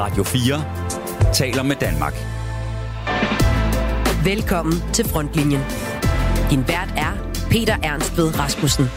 Radio 4 taler med Danmark. Velkommen til Frontlinjen. Din vært er Peter Ernstved Rasmussen.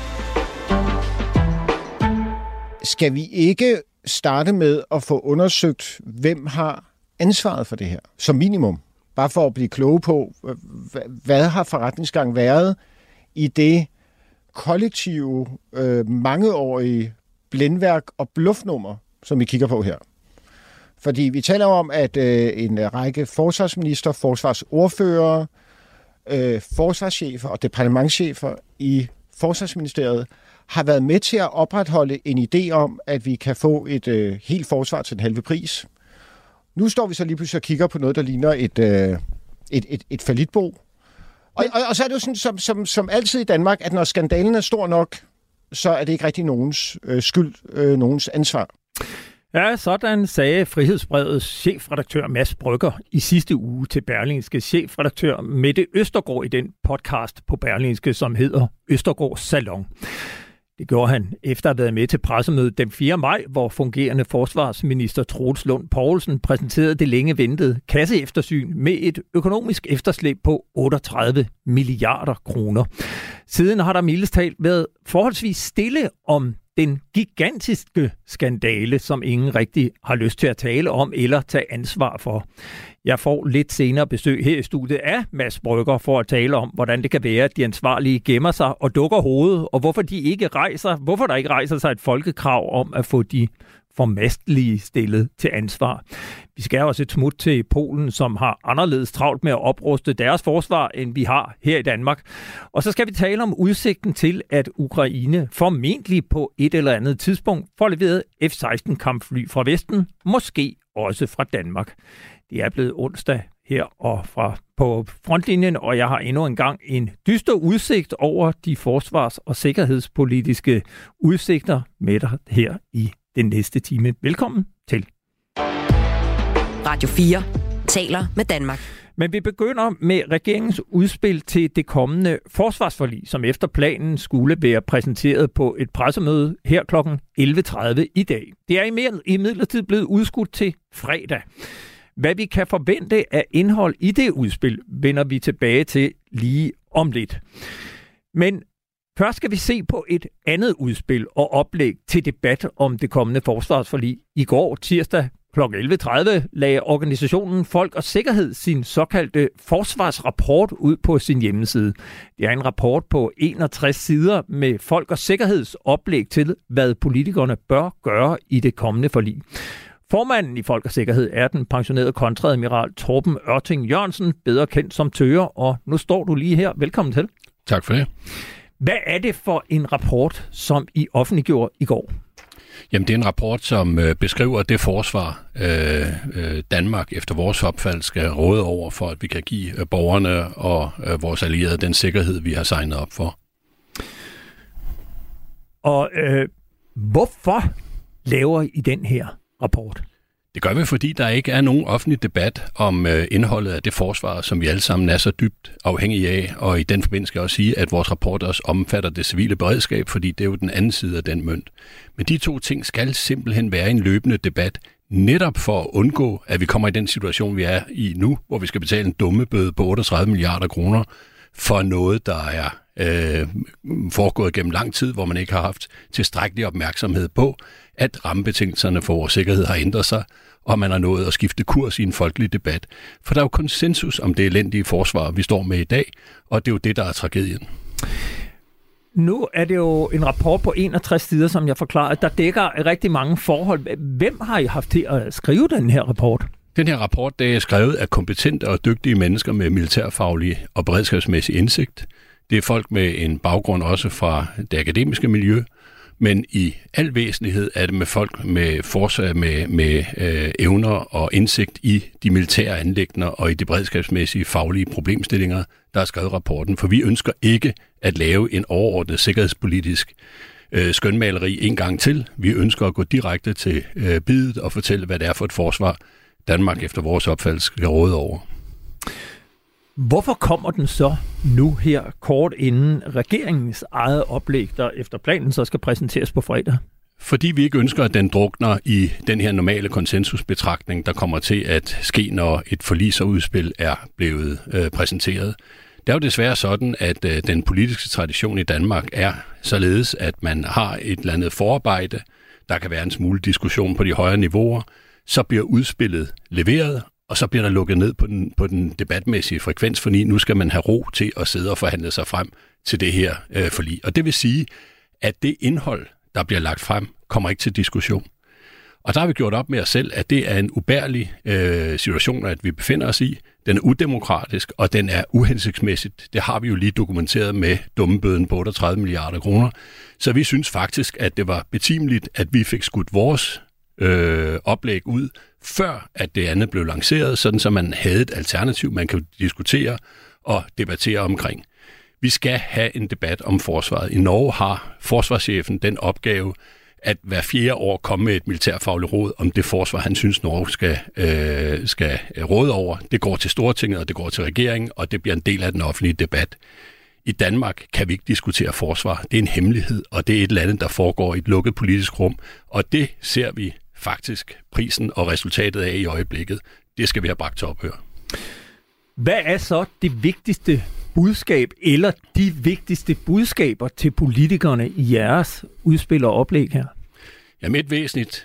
Skal vi ikke starte med at få undersøgt, hvem har ansvaret for det her, som minimum? Bare for at blive kloge på, hvad har forretningsgangen været i det kollektive, mangeårige blændværk og bluffnummer, som vi kigger på her. Fordi vi taler om, at en række forsvarsminister, forsvarsordførere, forsvarschefer og departementschefer i Forsvarsministeriet har været med til at opretholde en idé om, at vi kan få et helt forsvar til den halve pris. Nu står vi så lige pludselig og kigger på noget, der ligner et fallitbo. Og så er det jo sådan, som altid i Danmark, at når skandalen er stor nok, så er det ikke rigtig nogens skyld, nogens ansvar. Ja, sådan sagde Frihedsbrevets chefredaktør Mads Brügger i sidste uge til Berlingske chefredaktør Mette Østergaard i den podcast på Berlingske, som hedder Østergaards Salon. Det gjorde han efter at have været med til pressemødet den 4. maj, hvor fungerende forsvarsminister Troels Lund Poulsen præsenterede det længe ventede kasseeftersyn med et økonomisk efterslæb på 38 milliarder kroner. Siden har der mildest talt været forholdsvis stille om den gigantiske skandale, som ingen rigtig har lyst til at tale om eller tage ansvar for. Jeg får lidt senere besøg her i studiet af Mads Brügger for at tale om, hvordan det kan være, at de ansvarlige gemmer sig og dukker hovedet, og hvorfor der ikke rejser sig et folkekrav om at få de formastlige stillet til ansvar. Vi skal også et smut til Polen, som har anderledes travlt med at opruste deres forsvar, end vi har her i Danmark. Og så skal vi tale om udsigten til, at Ukraine formentlig på et eller andet tidspunkt får leveret F-16-kampfly fra Vesten, måske også fra Danmark. Det er blevet onsdag her og på frontlinjen, og jeg har endnu engang en dyster udsigt over de forsvars- og sikkerhedspolitiske udsigter med dig her i den næste time. Velkommen til. Radio 4 taler med Danmark. Men vi begynder med regeringens udspil til det kommende forsvarsforlig, som efter planen skulle være præsenteret på et pressemøde her kl. 11.30 i dag. Det er imidlertid blevet udskudt til fredag. Hvad vi kan forvente af indhold i det udspil, vender vi tilbage til lige om lidt. Men først skal vi se på et andet udspil og oplæg til debat om det kommende forsvarsforlig. I går tirsdag kl. 11.30 lagde organisationen Folk og Sikkerhed sin såkaldte forsvarsrapport ud på sin hjemmeside. Det er en rapport på 61 sider med Folk og Sikkerheds oplæg til, hvad politikerne bør gøre i det kommende forlig. Formanden i Folk og Sikkerhed er den pensionerede kontreadmiral Torben Ørting Jørgensen, bedre kendt som Tøger, og nu står du lige her. Velkommen til. Tak for det. Hvad er det for en rapport, som I offentliggjorde i går? Jamen, det er en rapport, som beskriver det forsvar, Danmark efter vores opfattelse skal råde over, for at vi kan give borgerne og vores allierede den sikkerhed, vi har signet op for. Og hvorfor laver I den her rapport? Det gør vi, fordi der ikke er nogen offentlig debat om indholdet af det forsvar, som vi alle sammen er så dybt afhængige af. Og i den forbindelse skal jeg også sige, at vores rapport også omfatter det civile beredskab, fordi det er jo den anden side af den mønt. Men de to ting skal simpelthen være en løbende debat, netop for at undgå, at vi kommer i den situation, vi er i nu, hvor vi skal betale en dummebøde på 38 milliarder kroner for noget, der er foregået gennem lang tid, hvor man ikke har haft tilstrækkelig opmærksomhed på, at rammebetingelserne for vores sikkerhed har ændret sig, og man har nået at skifte kurs i en folkelig debat. For der er jo konsensus om det elendige forsvar, vi står med i dag, og det er jo det, der er tragedien. Nu er det jo en rapport på 61 sider, som jeg forklarede, der dækker rigtig mange forhold. Hvem har I haft til at skrive den her rapport? Den her rapport det er skrevet af kompetente og dygtige mennesker med militærfaglig og beredskabsmæssig indsigt. Det er folk med en baggrund også fra det akademiske miljø, men i al væsentlighed er det med folk med evner og indsigt i de militære anliggender og i de beredskabsmæssige faglige problemstillinger, der har skrevet rapporten. For vi ønsker ikke at lave en overordnet sikkerhedspolitisk skønmaleri en gang til. Vi ønsker at gå direkte til biddet og fortælle, hvad det er for et forsvar, Danmark efter vores opfattelse skal råde over. Hvorfor kommer den så nu her kort inden regeringens eget oplæg, der efter planen så skal præsenteres på fredag? Fordi vi ikke ønsker, at den drukner i den her normale konsensusbetragtning, der kommer til at ske, når et forligsudspil er blevet præsenteret. Det er jo desværre sådan, at den politiske tradition i Danmark er således, at man har et eller andet forarbejde, der kan være en smule diskussion på de højere niveauer, så bliver udspillet leveret, og så bliver der lukket ned på den debatmæssige frekvens, fordi nu skal man have ro til at sidde og forhandle sig frem til det her forlig. Og det vil sige, at det indhold, der bliver lagt frem, kommer ikke til diskussion. Og der har vi gjort op med os selv, at det er en ubærlig situation, at vi befinder os i. Den er udemokratisk, og den er uhensigtsmæssigt. Det har vi jo lige dokumenteret med dummebøden på 38 milliarder kroner. Så vi synes faktisk, at det var betimeligt, at vi fik skudt vores oplæg ud, før at det andet blev lanceret, sådan så man havde et alternativ, man kan diskutere og debattere omkring. Vi skal have en debat om forsvaret. I Norge har forsvarschefen den opgave, at hver 4 år komme med et militærfagligt råd om det forsvar, han synes, Norge skal råde over. Det går til Stortinget, og det går til regeringen, og det bliver en del af den offentlige debat. I Danmark kan vi ikke diskutere forsvar. Det er en hemmelighed, og det er et eller andet, der foregår i et lukket politisk rum. Og det ser vi faktisk prisen og resultatet af i øjeblikket. Det skal vi have bragt til ophør. Hvad er så det vigtigste budskab, eller de vigtigste budskaber til politikerne i jeres udspil og oplæg her? Jamen et væsentligt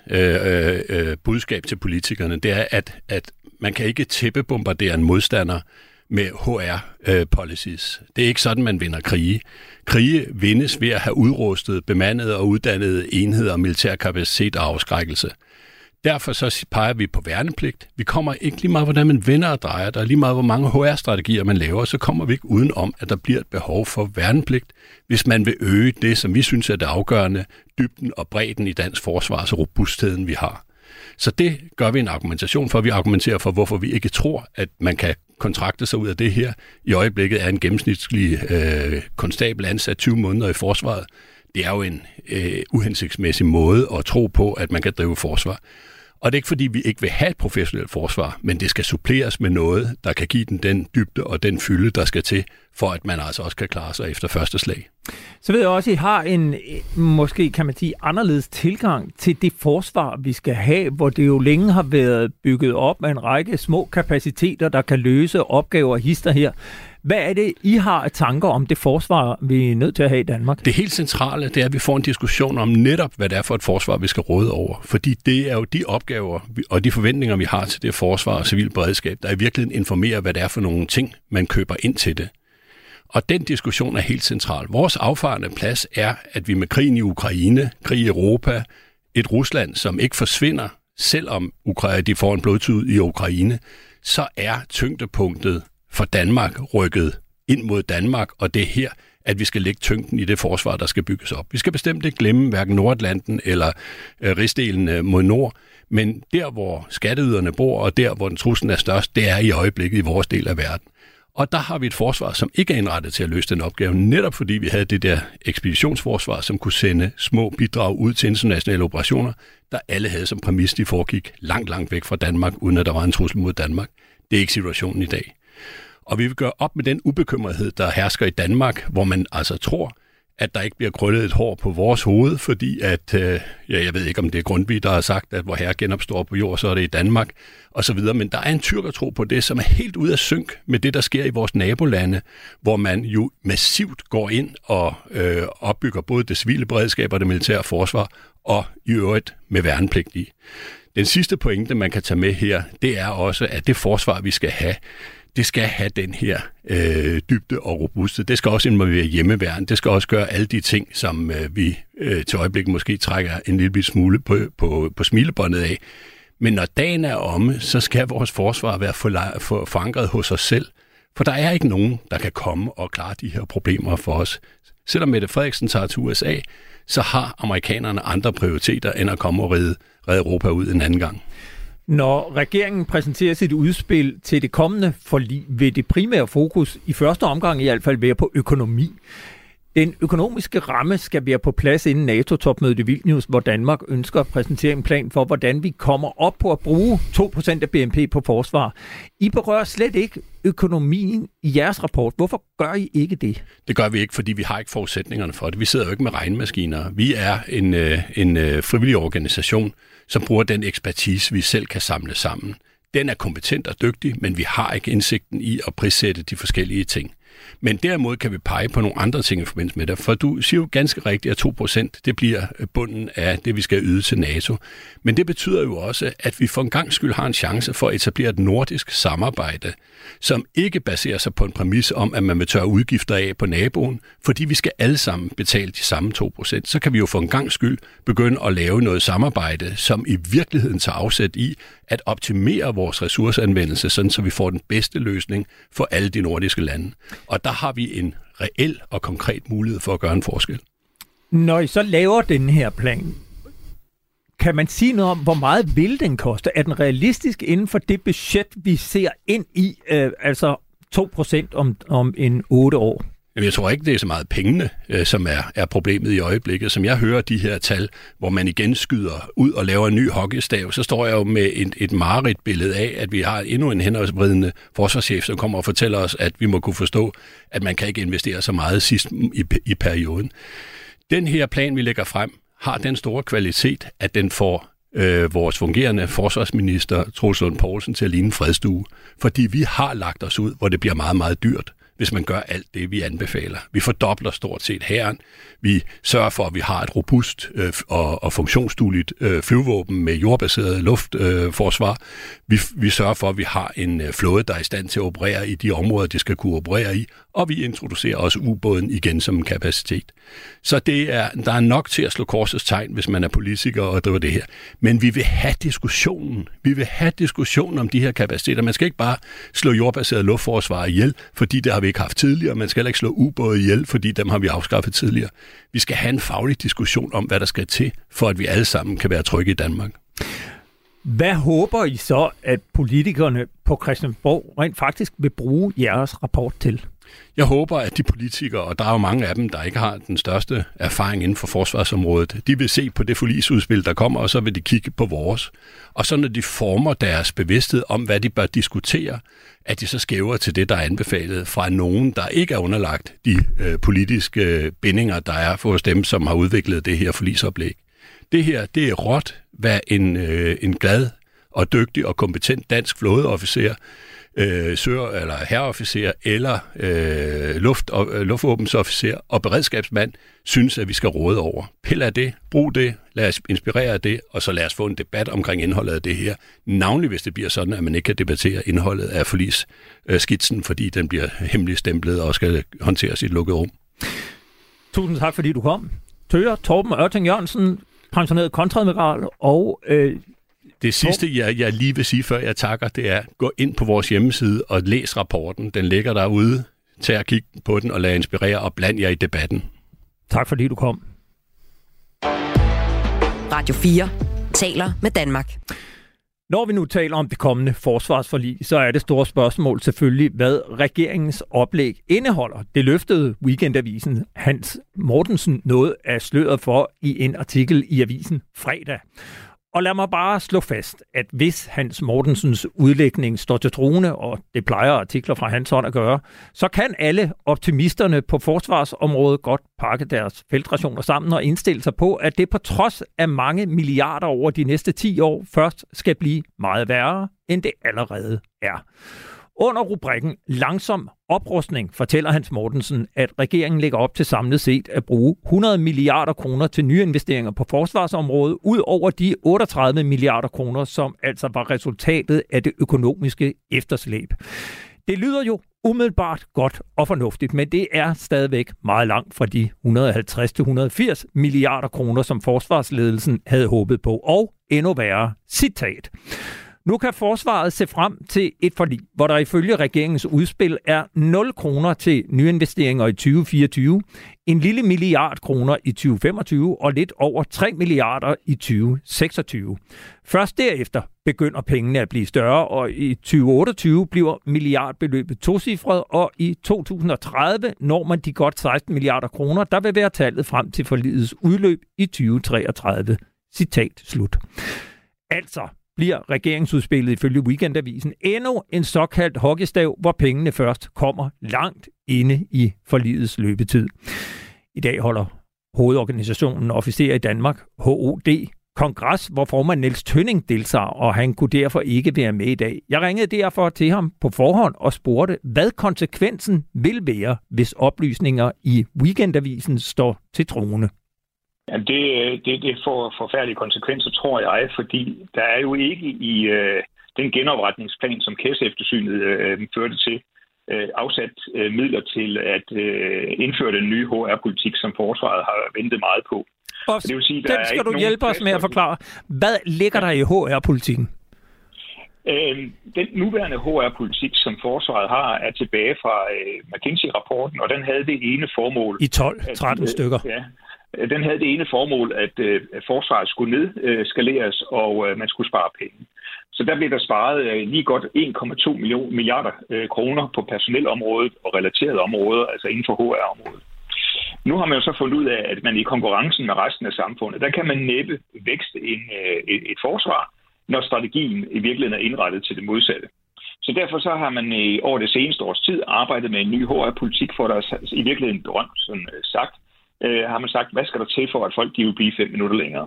budskab til politikerne, det er, at man kan ikke tæppebombardere en modstander med HR-policies. Det er ikke sådan, man vinder krige. Krige vindes ved at have udrustet, bemandede og uddannede enheder og militær kapacitet og afskrækkelse. Derfor så peger vi på værnepligt. Vi kommer ikke lige meget, hvordan man vender og drejer. Der er lige meget, hvor mange HR-strategier man laver, så kommer vi ikke uden om, at der bliver et behov for værnepligt, hvis man vil øge det, som vi synes er det afgørende, dybden og bredden i dansk forsvar, så robustheden vi har. Så det gør vi en argumentation for. Vi argumenterer for, hvorfor vi ikke tror, at man kan kontrakte sig ud af det her. I øjeblikket er en gennemsnitlig konstabel ansat 20 måneder i forsvaret. Det er jo en uhensigtsmæssig måde at tro på, at man kan drive forsvar. Og det er ikke fordi, vi ikke vil have et professionelt forsvar, men det skal suppleres med noget, der kan give den dybde og den fylde, der skal til, for at man altså også kan klare sig efter første slag. Så ved jeg også, at I har en, måske kan man sige, anderledes tilgang til det forsvar, vi skal have, hvor det jo længe har været bygget op med en række små kapaciteter, der kan løse opgaver hister her. Hvad er det, I har af tanker om det forsvar, vi er nødt til at have i Danmark? Det helt centrale, det er, at vi får en diskussion om netop, hvad det er for et forsvar, vi skal råde over. Fordi det er jo de opgaver og de forventninger, vi har til det forsvar og civil beredskab, der i virkeligheden informerer, hvad det er for nogle ting, man køber ind til det. Og den diskussion er helt central. Vores affarende plads er, at vi med krigen i Ukraine, krig i Europa, et Rusland, som ikke forsvinder, selvom de får en blodtud i Ukraine, så er tyngdepunktet for Danmark rykket ind mod Danmark, og det er her, at vi skal lægge tyngden i det forsvar, der skal bygges op. Vi skal bestemt ikke glemme hverken Nordatlanten eller rigsdelen mod nord, men der, hvor skatteyderne bor, og der, hvor den truslen er størst, det er i øjeblikket i vores del af verden. Og der har vi et forsvar, som ikke er indrettet til at løse den opgave, netop fordi vi havde det der ekspeditionsforsvar, som kunne sende små bidrag ud til internationale operationer, der alle havde som præmis, de foregik langt, langt væk fra Danmark, uden at der var en trussel mod Danmark. Det er ikke situationen i dag. Og vi vil gøre op med den ubekymrethed, der hersker i Danmark, hvor man altså tror, at der ikke bliver krøllet et hår på vores hoved, fordi at, jeg ved ikke om det er Grundtvig, der har sagt, at hvor herre genopstår på jord, så er det i Danmark, og så videre. Men der er en tyrkertro på det, som er helt ude af synk med det, der sker i vores nabolande, hvor man jo massivt går ind og opbygger både det civile beredskab og det militære forsvar, og i øvrigt med værnepligtige. Den sidste pointe, man kan tage med her, det er også, at det forsvar, vi skal have, det skal have den her dybde og robuste. Det skal også involvere hjemmeværn. Det skal også gøre alle de ting, som vi til øjeblikket måske trækker en lille smule på smilebåndet af. Men når dagen er omme, så skal vores forsvar være forankret hos os selv. For der er ikke nogen, der kan komme og klare de her problemer for os. Selvom Mette Frederiksen tager til USA, så har amerikanerne andre prioriteter, end at komme og redde Europa ud en anden gang. Når regeringen præsenterer sit udspil til det kommende forlig, vil det primære fokus i første omgang i hvert fald være på økonomi. Den økonomiske ramme skal være på plads inden NATO-topmødet i Vilnius, hvor Danmark ønsker at præsentere en plan for, hvordan vi kommer op på at bruge 2% af BNP på forsvar. I berører slet ikke økonomien i jeres rapport. Hvorfor gør I ikke det? Det gør vi ikke, fordi vi har ikke forudsætningerne for det. Vi sidder jo ikke med regnemaskiner. Vi er en frivillig organisation, som bruger den ekspertise, vi selv kan samle sammen. Den er kompetent og dygtig, men vi har ikke indsigten i at prissætte de forskellige ting. Men derimod kan vi pege på nogle andre ting i forbindelse med det, for du siger jo ganske rigtigt, at 2% det bliver bunden af det, vi skal yde til NATO. Men det betyder jo også, at vi for en gang skyld har en chance for at etablere et nordisk samarbejde, som ikke baserer sig på en præmis om, at man vil tørre udgifter af på naboen, fordi vi skal alle sammen betale de samme 2%. Så kan vi jo for en gang skyld begynde at lave noget samarbejde, som i virkeligheden tager afsæt i at optimere vores ressourceanvendelse, sådan så vi får den bedste løsning for alle de nordiske lande. Og der har vi en reel og konkret mulighed for at gøre en forskel. Når I så laver den her plan, kan man sige noget om, hvor meget vil den koste? Er den realistisk inden for det budget, vi ser ind i, altså 2% om en 8 år? Jeg tror ikke, det er så meget pengene, som er problemet i øjeblikket. Som jeg hører de her tal, hvor man igen skyder ud og laver en ny hockeystav, så står jeg jo med et mareridtbillede af, at vi har endnu en hændervridende forsvarschef, som kommer og fortæller os, at vi må kunne forstå, at man kan ikke investere så meget sidst i perioden. Den her plan, vi lægger frem, har den store kvalitet, at den får vores fungerende forsvarsminister Troels Lund Poulsen til at ligne en fredstue. Fordi vi har lagt os ud, hvor det bliver meget, meget dyrt, hvis man gør alt det, vi anbefaler. Vi fordobler stort set hæren. Vi sørger for, at vi har et robust og funktionsdueligt flyvåben med jordbaseret luftforsvar. Vi sørger for, at vi har en flåde, der er i stand til at operere i de områder, det skal kunne operere i. Og vi introducerer også ubåden igen som en kapacitet. Så der er nok til at slå korsets tegn, hvis man er politiker og driver det her. Men vi vil have diskussionen. Vi vil have diskussionen om de her kapaciteter. Man skal ikke bare slå jordbaseret luftforsvar ihjel, fordi det har vi ikke haft tidligere. Man skal heller ikke slå ubåde ihjel, fordi dem har vi afskaffet tidligere. Vi skal have en faglig diskussion om, hvad der skal til, for at vi alle sammen kan være trygge i Danmark. Hvad håber I så, at politikerne på Christiansborg rent faktisk vil bruge jeres rapport til? Jeg håber, at de politikere, og der er jo mange af dem, der ikke har den største erfaring inden for forsvarsområdet, de vil se på det forligsudspil, der kommer, og så vil de kigge på vores. Og så når de former deres bevidsthed om, hvad de bør diskutere, at de så skæver til det, der er anbefalet fra nogen, der ikke er underlagt de politiske bindinger, der er for dem, som har udviklet det her forligsoplæg. Det her, det er råt, hvad en glad og dygtig og kompetent dansk flådeofficer, eller herreofficer eller luftvåbensofficer og beredskabsmand synes, at vi skal råde over. Pil af det, brug det, lad os inspirere af det, og så lad os få en debat omkring indholdet af det her. Navnlig hvis det bliver sådan, at man ikke kan debattere indholdet af forligsskitsen, fordi den bliver hemmeligt stemplet og skal håndteres i et lukket rum. Tusind tak, fordi du kom. Torben Ørting Jørgensen, pensioneret kontreadmiral og... Det sidste, jeg lige vil sige, før jeg takker, det er, gå ind på vores hjemmeside og læs rapporten. Den ligger derude. Tag og kig på den og lad inspirere og bland jer i debatten. Tak fordi du kom. Radio 4 taler med Danmark. Når vi nu taler om det kommende forsvarsforlig, så er det store spørgsmål selvfølgelig, hvad regeringens oplæg indeholder. Det løftede Weekendavisen Hans Mortensen noget af sløret for i en artikel i avisen fredag. Og lad mig bare slå fast, at hvis Hans Mortensens udlægning står til troende, og det plejer artikler fra hans hånd at gøre, så kan alle optimisterne på forsvarsområdet godt pakke deres feltrationer sammen og indstille sig på, at det på trods af mange milliarder over de næste 10 år først skal blive meget værre, end det allerede er. Under rubrikken Langsom oprustning fortæller Hans Mortensen, at regeringen lægger op til samlet set at bruge 100 milliarder kroner til nye investeringer på forsvarsområdet, ud over de 38 milliarder kroner, som altså var resultatet af det økonomiske efterslæb. Det lyder jo umiddelbart godt og fornuftigt, men det er stadigvæk meget langt fra de 150-180 milliarder kroner, som forsvarsledelsen havde håbet på. Og endnu værre, citat. Nu kan forsvaret se frem til et forlig, hvor der ifølge regeringens udspil er 0 kroner til nyinvesteringer i 2024, en lille milliard kroner i 2025 og lidt over 3 milliarder i 2026. Først derefter begynder pengene at blive større, og i 2028 bliver milliardbeløbet tocifret, og i 2030 når man de godt 16 milliarder kroner, der vil være tallet frem til forligets udløb i 2033. Citat slut. Altså bliver regeringsudspillet ifølge Weekendavisen endnu en såkaldt hockeystav, hvor pengene først kommer langt inde i forligets løbetid. I dag holder hovedorganisationen Officerer i Danmark, HOD, kongres, hvor formand Niels Tønning deltager, og han kunne derfor ikke være med i dag. Jeg ringede derfor til ham på forhånd og spurgte, hvad konsekvensen vil være, hvis oplysninger i Weekendavisen står til troende. Ja, det får forfærdelige konsekvenser, tror jeg, fordi der er jo ikke i den genopretningsplan, som KES-eftersynet førte til, afsat midler til at indføre den nye HR-politik, som forsvaret har ventet meget på. Og det vil sige, den skal du hjælpe os med at forklare. Hvad ligger der i HR-politikken? Den nuværende HR-politik, som forsvaret har, er tilbage fra McKinsey-rapporten, og den havde det ene formål... I 12-13 stykker. Ja. Den havde det ene formål, at forsvaret skulle nedskaleres, og man skulle spare penge. Så der blev der sparet lige godt 1,2 milliarder kroner på personelområdet og relaterede områder, altså inden for HR-området. Nu har man jo så fundet ud af, at man i konkurrencen med resten af samfundet, der kan man næppe vækste et forsvar, når strategien i virkeligheden er indrettet til det modsatte. Så derfor så har man over det seneste års tid arbejdet med en ny HR-politik, for der er i virkeligheden berømt, sådan sagt, har man sagt, hvad skal der til for, at folk de vil blive 5 minutter længere.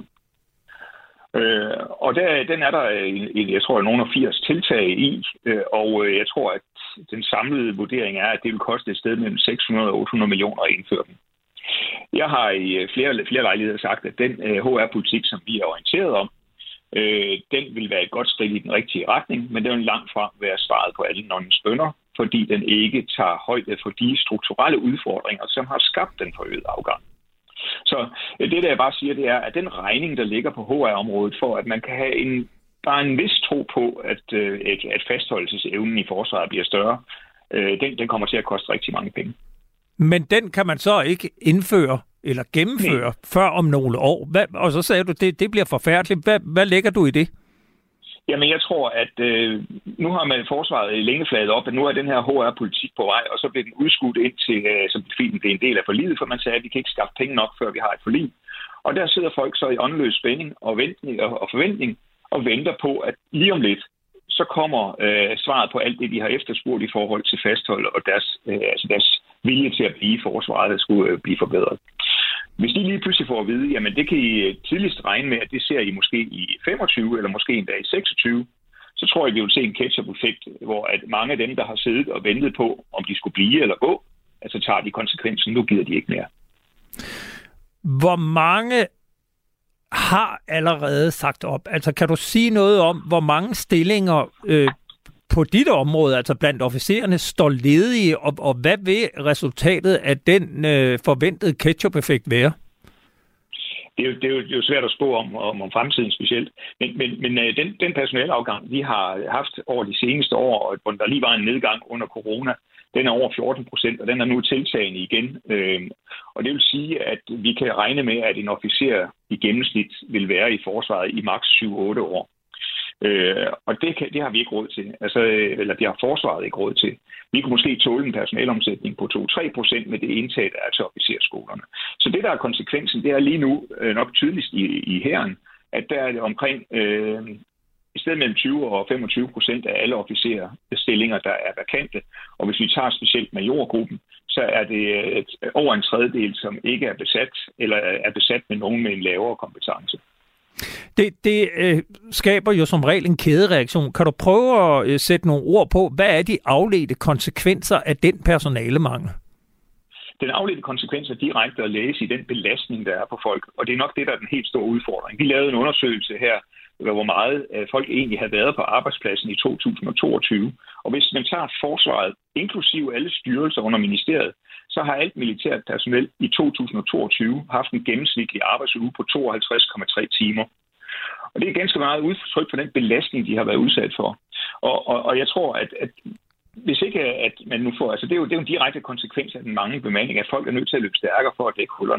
Og den er der, jeg tror, nogle af 80 tiltag i, og jeg tror, at den samlede vurdering er, at det vil koste et sted mellem 600 og 800 millioner at indføre dem. Jeg har i flere lejligheder sagt, at den HR-politik, som vi er orienteret om, den vil være et godt skridt i den rigtige retning, men den vil langt fra være svaret på alle nonnens bønner, fordi den ikke tager højde for de strukturelle udfordringer, som har skabt den forøgede afgang. Så det, der jeg bare siger, det er, at den regning, der ligger på HR-området, for at man kan have bare en vis tro på, at fastholdelsesevnen i forsvaret bliver større, den kommer til at koste rigtig mange penge. Men den kan man så ikke indføre eller gennemføre før om nogle år. Og så sagde du, det bliver forfærdeligt. Hvad lægger du i det? Jamen, jeg tror, at nu har man forsvaret længe fladet op, at nu er den her HR-politik på vej, og så bliver den udskudt ind til, som det er en del af forliget, for man sagde, at vi kan ikke skaffe penge nok, før vi har et forlig. Og der sidder folk så i åndeløs spænding og forventning og venter på, at lige om lidt, så kommer svaret på alt det, de har efterspurgt i forhold til fasthold og deres vilje til at blive forsvaret, der skulle blive forbedret. Hvis de lige pludselig får at vide, jamen det kan I tidligst regne med, at det ser I måske i 25 eller måske endda i 26, så tror jeg, vi vil se en catch-up-effekt, hvor at mange af dem, der har siddet og ventet på, om de skulle blive eller gå, altså tager de konsekvensen, nu gider de ikke mere. Hvor mange har allerede sagt op? Altså kan du sige noget om, hvor mange stillinger på dit område, altså blandt officererne, står ledige, og hvad vil resultatet af den forventede catch-up-effekt være? Det er jo svært at spå om fremtiden specielt, men den personaleafgang, vi har haft over de seneste år, hvor der lige var en nedgang under corona, den er over 14%, og den er nu tiltagende igen. Og det vil sige, at vi kan regne med, at en officer i gennemsnit vil være i forsvaret i maks 7-8 år. Og det har vi ikke råd til, eller det har forsvaret ikke råd til. Vi kunne måske tåle en personalomsætning på 2-3% med det indtag, der er til officerskolerne. Så det, der er konsekvensen, det er lige nu nok tydeligst i hæren, at der er det omkring i stedet mellem 20 og 25% af alle officerstillinger, der er vakante. Og hvis vi tager specielt majorgruppen, så er det over en tredjedel, som ikke er besat, eller er besat med nogen med en lavere kompetence. Det skaber jo som regel en kædereaktion. Kan du prøve at sætte nogle ord på, hvad er de afledte konsekvenser af den personalemangel? Den afledte konsekvens er direkte at læse i den belastning, der er på folk, og det er nok det, der er den helt store udfordring. Vi lavede en undersøgelse her, hvor meget folk egentlig havde været på arbejdspladsen i 2022, og hvis man tager forsvaret, inklusive alle styrelser under ministeriet, så har alt militært personel i 2022 haft en gennemsnitlig arbejdsuge på 52,3 timer. Og det er ganske meget udtryk for den belastning, de har været udsat for. Og jeg tror, at hvis ikke at man nu får... Altså det er jo en direkte konsekvens af den mange bemanding, at folk er nødt til at løbe stærkere for at dække hullerne.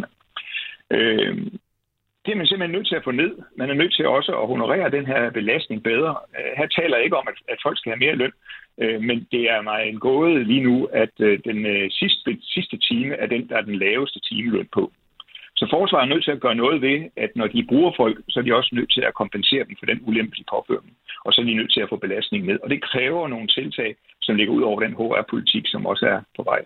Det er man simpelthen nødt til at få ned. Man er nødt til også at honorere den her belastning bedre. Her taler jeg ikke om, at folk skal have mere løn, men det er mig en gåde lige nu, at den sidste time er den, der er den laveste timeløn på. Så forsvaret er nødt til at gøre noget ved, at når de bruger folk, så er de også nødt til at kompensere dem for den ulempe, de påfører dem. Og så er de nødt til at få belastningen ned. Og det kræver nogle tiltag, som ligger ud over den HR-politik, som også er på vej.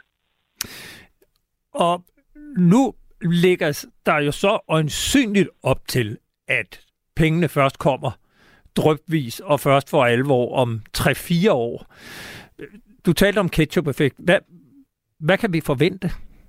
Og nu ligger der jo så øjensynligt op til, at pengene først kommer drypvis og først for alvor om 3-4 år. Du talte om ketchup-effekt. Hvad kan vi forvente?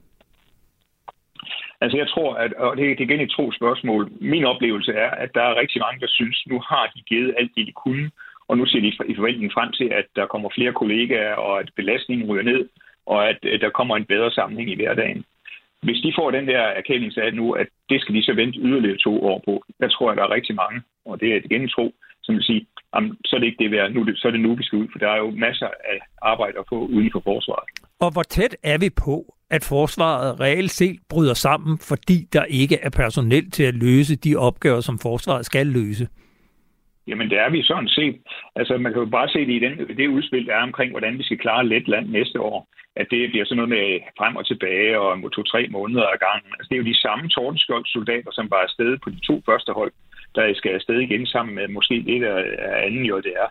Altså jeg tror, og det er igen et spørgsmål. Min oplevelse er, at der er rigtig mange, der synes, nu har de givet alt det, de kunne, og nu ser de i forventning frem til, at der kommer flere kollegaer, og at belastningen ryger ned, og at der kommer en bedre sammenhæng i hverdagen. Hvis de får den der erkendelse af nu, at det skal de så vente yderligere 2 år på, der tror jeg, der er rigtig mange, og det er et igen tro, som vil sige, så er det ikke det værd, så er det nu, vi skal ud, for der er jo masser af arbejde at få uden for forsvaret. Og hvor tæt er vi på, at forsvaret reelt set bryder sammen, fordi der ikke er personel til at løse de opgaver, som forsvaret skal løse? Jamen, det er vi sådan set. Altså, man kan jo bare se det i det udspil, der er omkring, hvordan vi skal klare Letland næste år. At det bliver sådan noget med frem og tilbage og 2-3 måneder ad gangen. Altså, det er jo de samme Tordenskjold-soldater, som var afsted på de 2 første hold, der skal afsted igen sammen med måske lidt af anden JDR.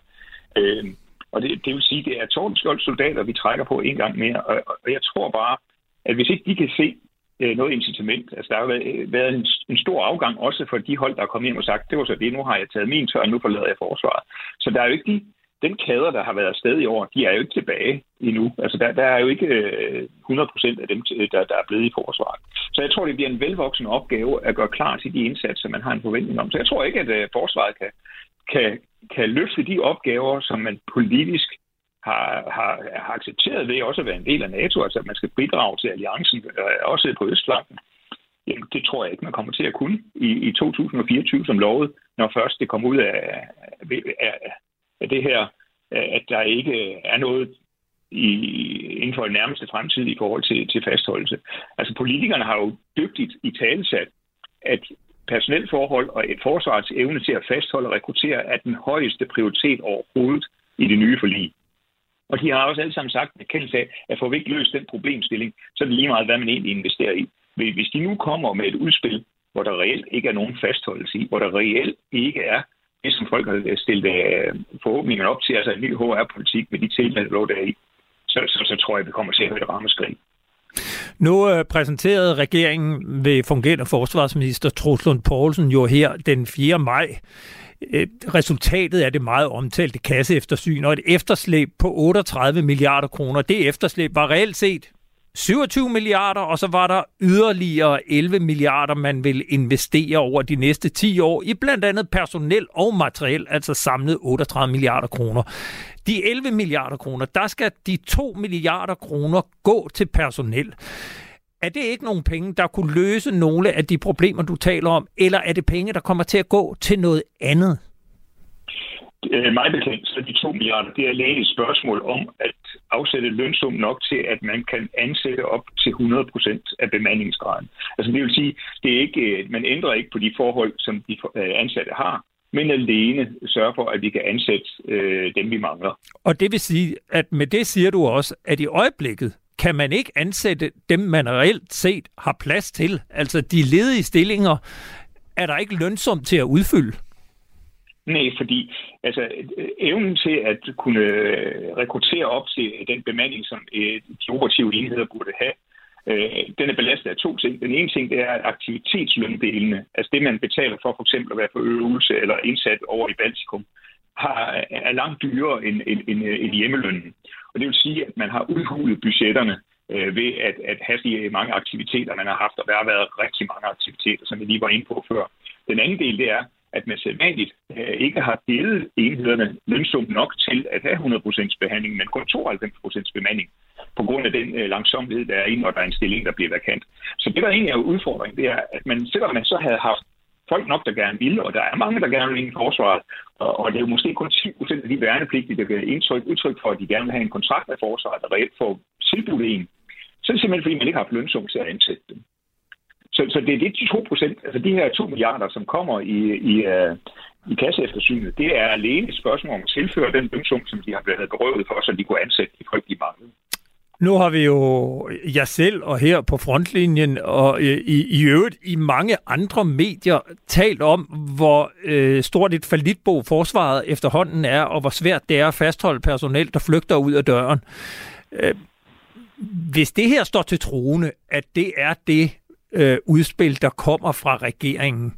Og det vil sige, at det er Tordenskjold-soldater, vi trækker på en gang mere. Og jeg tror bare, at hvis ikke de kan se noget incitament, altså der har været en stor afgang også for de hold, der er kommet hjem og sagt, det var så det, nu har jeg taget min tørn, nu forlader jeg forsvaret. Så der er jo ikke den kader, der har været afsted i år, de er jo ikke tilbage endnu. Altså der er jo ikke 100% af dem, der er blevet i forsvaret. Så jeg tror, det bliver en velvoksen opgave at gøre klar til de indsatser, man har en forventning om. Så jeg tror ikke, at forsvaret kan løfte de opgaver, som man politisk har accepteret ved også at være en del af NATO, altså at man skal bidrage til alliancen, også på Østflanken. Jamen, det tror jeg ikke, man kommer til at kunne i 2024 som lovet, når først det kommer ud af det her, at der ikke er noget inden for den nærmeste fremtid i forhold til fastholdelse. Altså politikerne har jo dygtigt i talesat, at personelforhold og et forsvarets evne til at fastholde og rekruttere er den højeste prioritet overhovedet i det nye forlig. Og de har også alle sammen sagt med kendelse af, at får vi ikke løst den problemstilling, så er det lige meget, hvad man egentlig investerer i. Hvis de nu kommer med et udspil, hvor der reelt ikke er nogen fastholdelse i, hvor der reelt ikke er det, som folk har stillet forhåbninger op til, altså en ny HR-politik med de tilfælde, der er i, så tror jeg, vi kommer til at høre et rammeskrig. Nu præsenterede regeringen ved fungerende forsvarsminister Troels Lund Poulsen jo her den 4. maj resultatet af det meget omtalte kasseeftersyn og et efterslæb på 38 milliarder kroner. Det efterslæb var reelt set 27 milliarder, og så var der yderligere 11 milliarder, man vil investere over de næste 10 år i blandt andet personel og materiel, altså samlet 38 milliarder kroner. De 11 milliarder kroner, der skal de 2 milliarder kroner gå til personel. Er det ikke nogle penge, der kunne løse nogle af de problemer, du taler om, eller er det penge, der kommer til at gå til noget andet? Meget bekendt, så de 2 milliarder, det er alene et spørgsmål om at afsætte lønsum nok til, at man kan ansætte op til 100% af bemandingsgraden. Altså det vil sige, det er ikke, man ændrer ikke på de forhold, som de ansatte har, men alene sørger for, at vi kan ansætte dem, vi mangler. Og det vil sige, at med det siger du også, at i øjeblikket kan man ikke ansætte dem, man reelt set har plads til. Altså de ledige stillinger er der ikke lønsomt til at udfylde. Nej, fordi altså, evnen til at kunne rekruttere op til den bemanding, som de operative enheder burde have, den er belastet af 2 ting. Den ene ting, det er aktivitetsløndelene, altså det, man betaler for eksempel at være på øvelse eller indsat over i Baltikum, er langt dyrere end hjemmelønnen. Og det vil sige, at man har udhulet budgetterne ved at have de mange aktiviteter, man har haft, og der har været rigtig mange aktiviteter, som vi lige var inde på før. Den anden del, det er, at man sædvanligt ikke har givet enhederne lønsum nok til at have 100% behandling, men kun 92% bemanding, på grund af den langsomhed, der er inde, og der er en stilling, der bliver vakant. Så det, der egentlig er udfordringen, det er, at selvom man så havde haft folk nok, der gerne vil, og der er mange, der gerne vil ind i forsvaret. Og det er jo måske kun 10% af de værnepligtige, der bliver udtryk for, at de gerne vil have en kontrakt med forsvaret, der reelt får tilbudt en. Så er det simpelthen, fordi man ikke har haft lønsum til at ansætte dem. Så det er de 2%, altså de her 2 milliarder, som kommer i kasseeftersynet, det er alene et spørgsmål om at tilføre den lønsum, som de har blevet berøvet for, så de kunne ansætte de folk, de manglede. Nu har vi jo jeg selv og her på frontlinjen og i øvrigt i mange andre medier talt om, hvor stort et fallitbo forsvaret efterhånden er, og hvor svært det er at fastholde personel, der flygter ud af døren. Hvis det her står til troende, at det er det udspil, der kommer fra regeringen,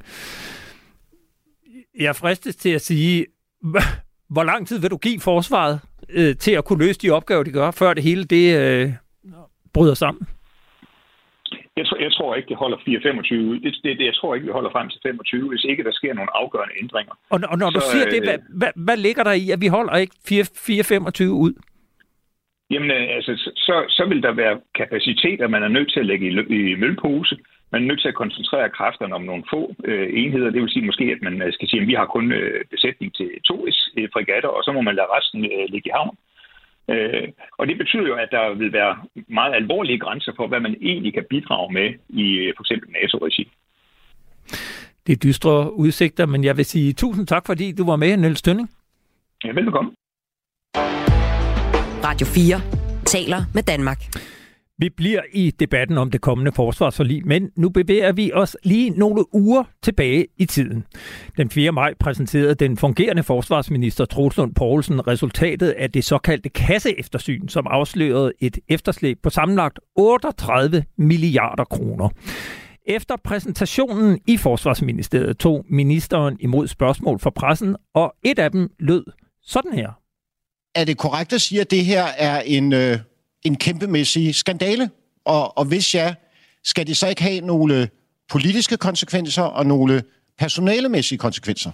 jeg fristes til at sige, hvor lang tid vil du give forsvaret til at kunne løse de opgaver, de gør, før det hele det bryder sammen? Jeg tror ikke, det holder 4-25 ud. Jeg tror ikke, vi holder frem til 25, hvis ikke der sker nogle afgørende ændringer. Og når du siger det, hvad ligger der i, at vi holder ikke 4-25 ud? Jamen, altså, så vil der være kapaciteter, man er nødt til at lægge i mølpose. Man er nødt til at koncentrere kræfterne om nogle få enheder. Det vil sige måske, at man skal sige, at vi har kun besætning til 2 fregatter, og så må man lade resten ligge i havn. Og det betyder jo, at der vil være meget alvorlige grænser for, hvad man egentlig kan bidrage med i for eksempel NATO-regi. Det er dystre udsigter, men jeg vil sige tusind tak, fordi du var med, Niels Tønning. Ja, velbekomme. Radio 4 taler med Danmark. Vi bliver i debatten om det kommende forsvarsforlig, men nu bevæger vi os lige nogle uger tilbage i tiden. Den 4. maj præsenterede den fungerende forsvarsminister Troels Lund Poulsen resultatet af det såkaldte kasseeftersyn, som afslørede et efterslæb på sammenlagt 38 milliarder kroner. Efter præsentationen i Forsvarsministeriet tog ministeren imod spørgsmål fra pressen, og et af dem lød sådan her. Er det korrekt at sige, at det her er en kæmpemæssig skandale? Og hvis ja, skal det så ikke have nogle politiske konsekvenser og nogle personalemæssige konsekvenser?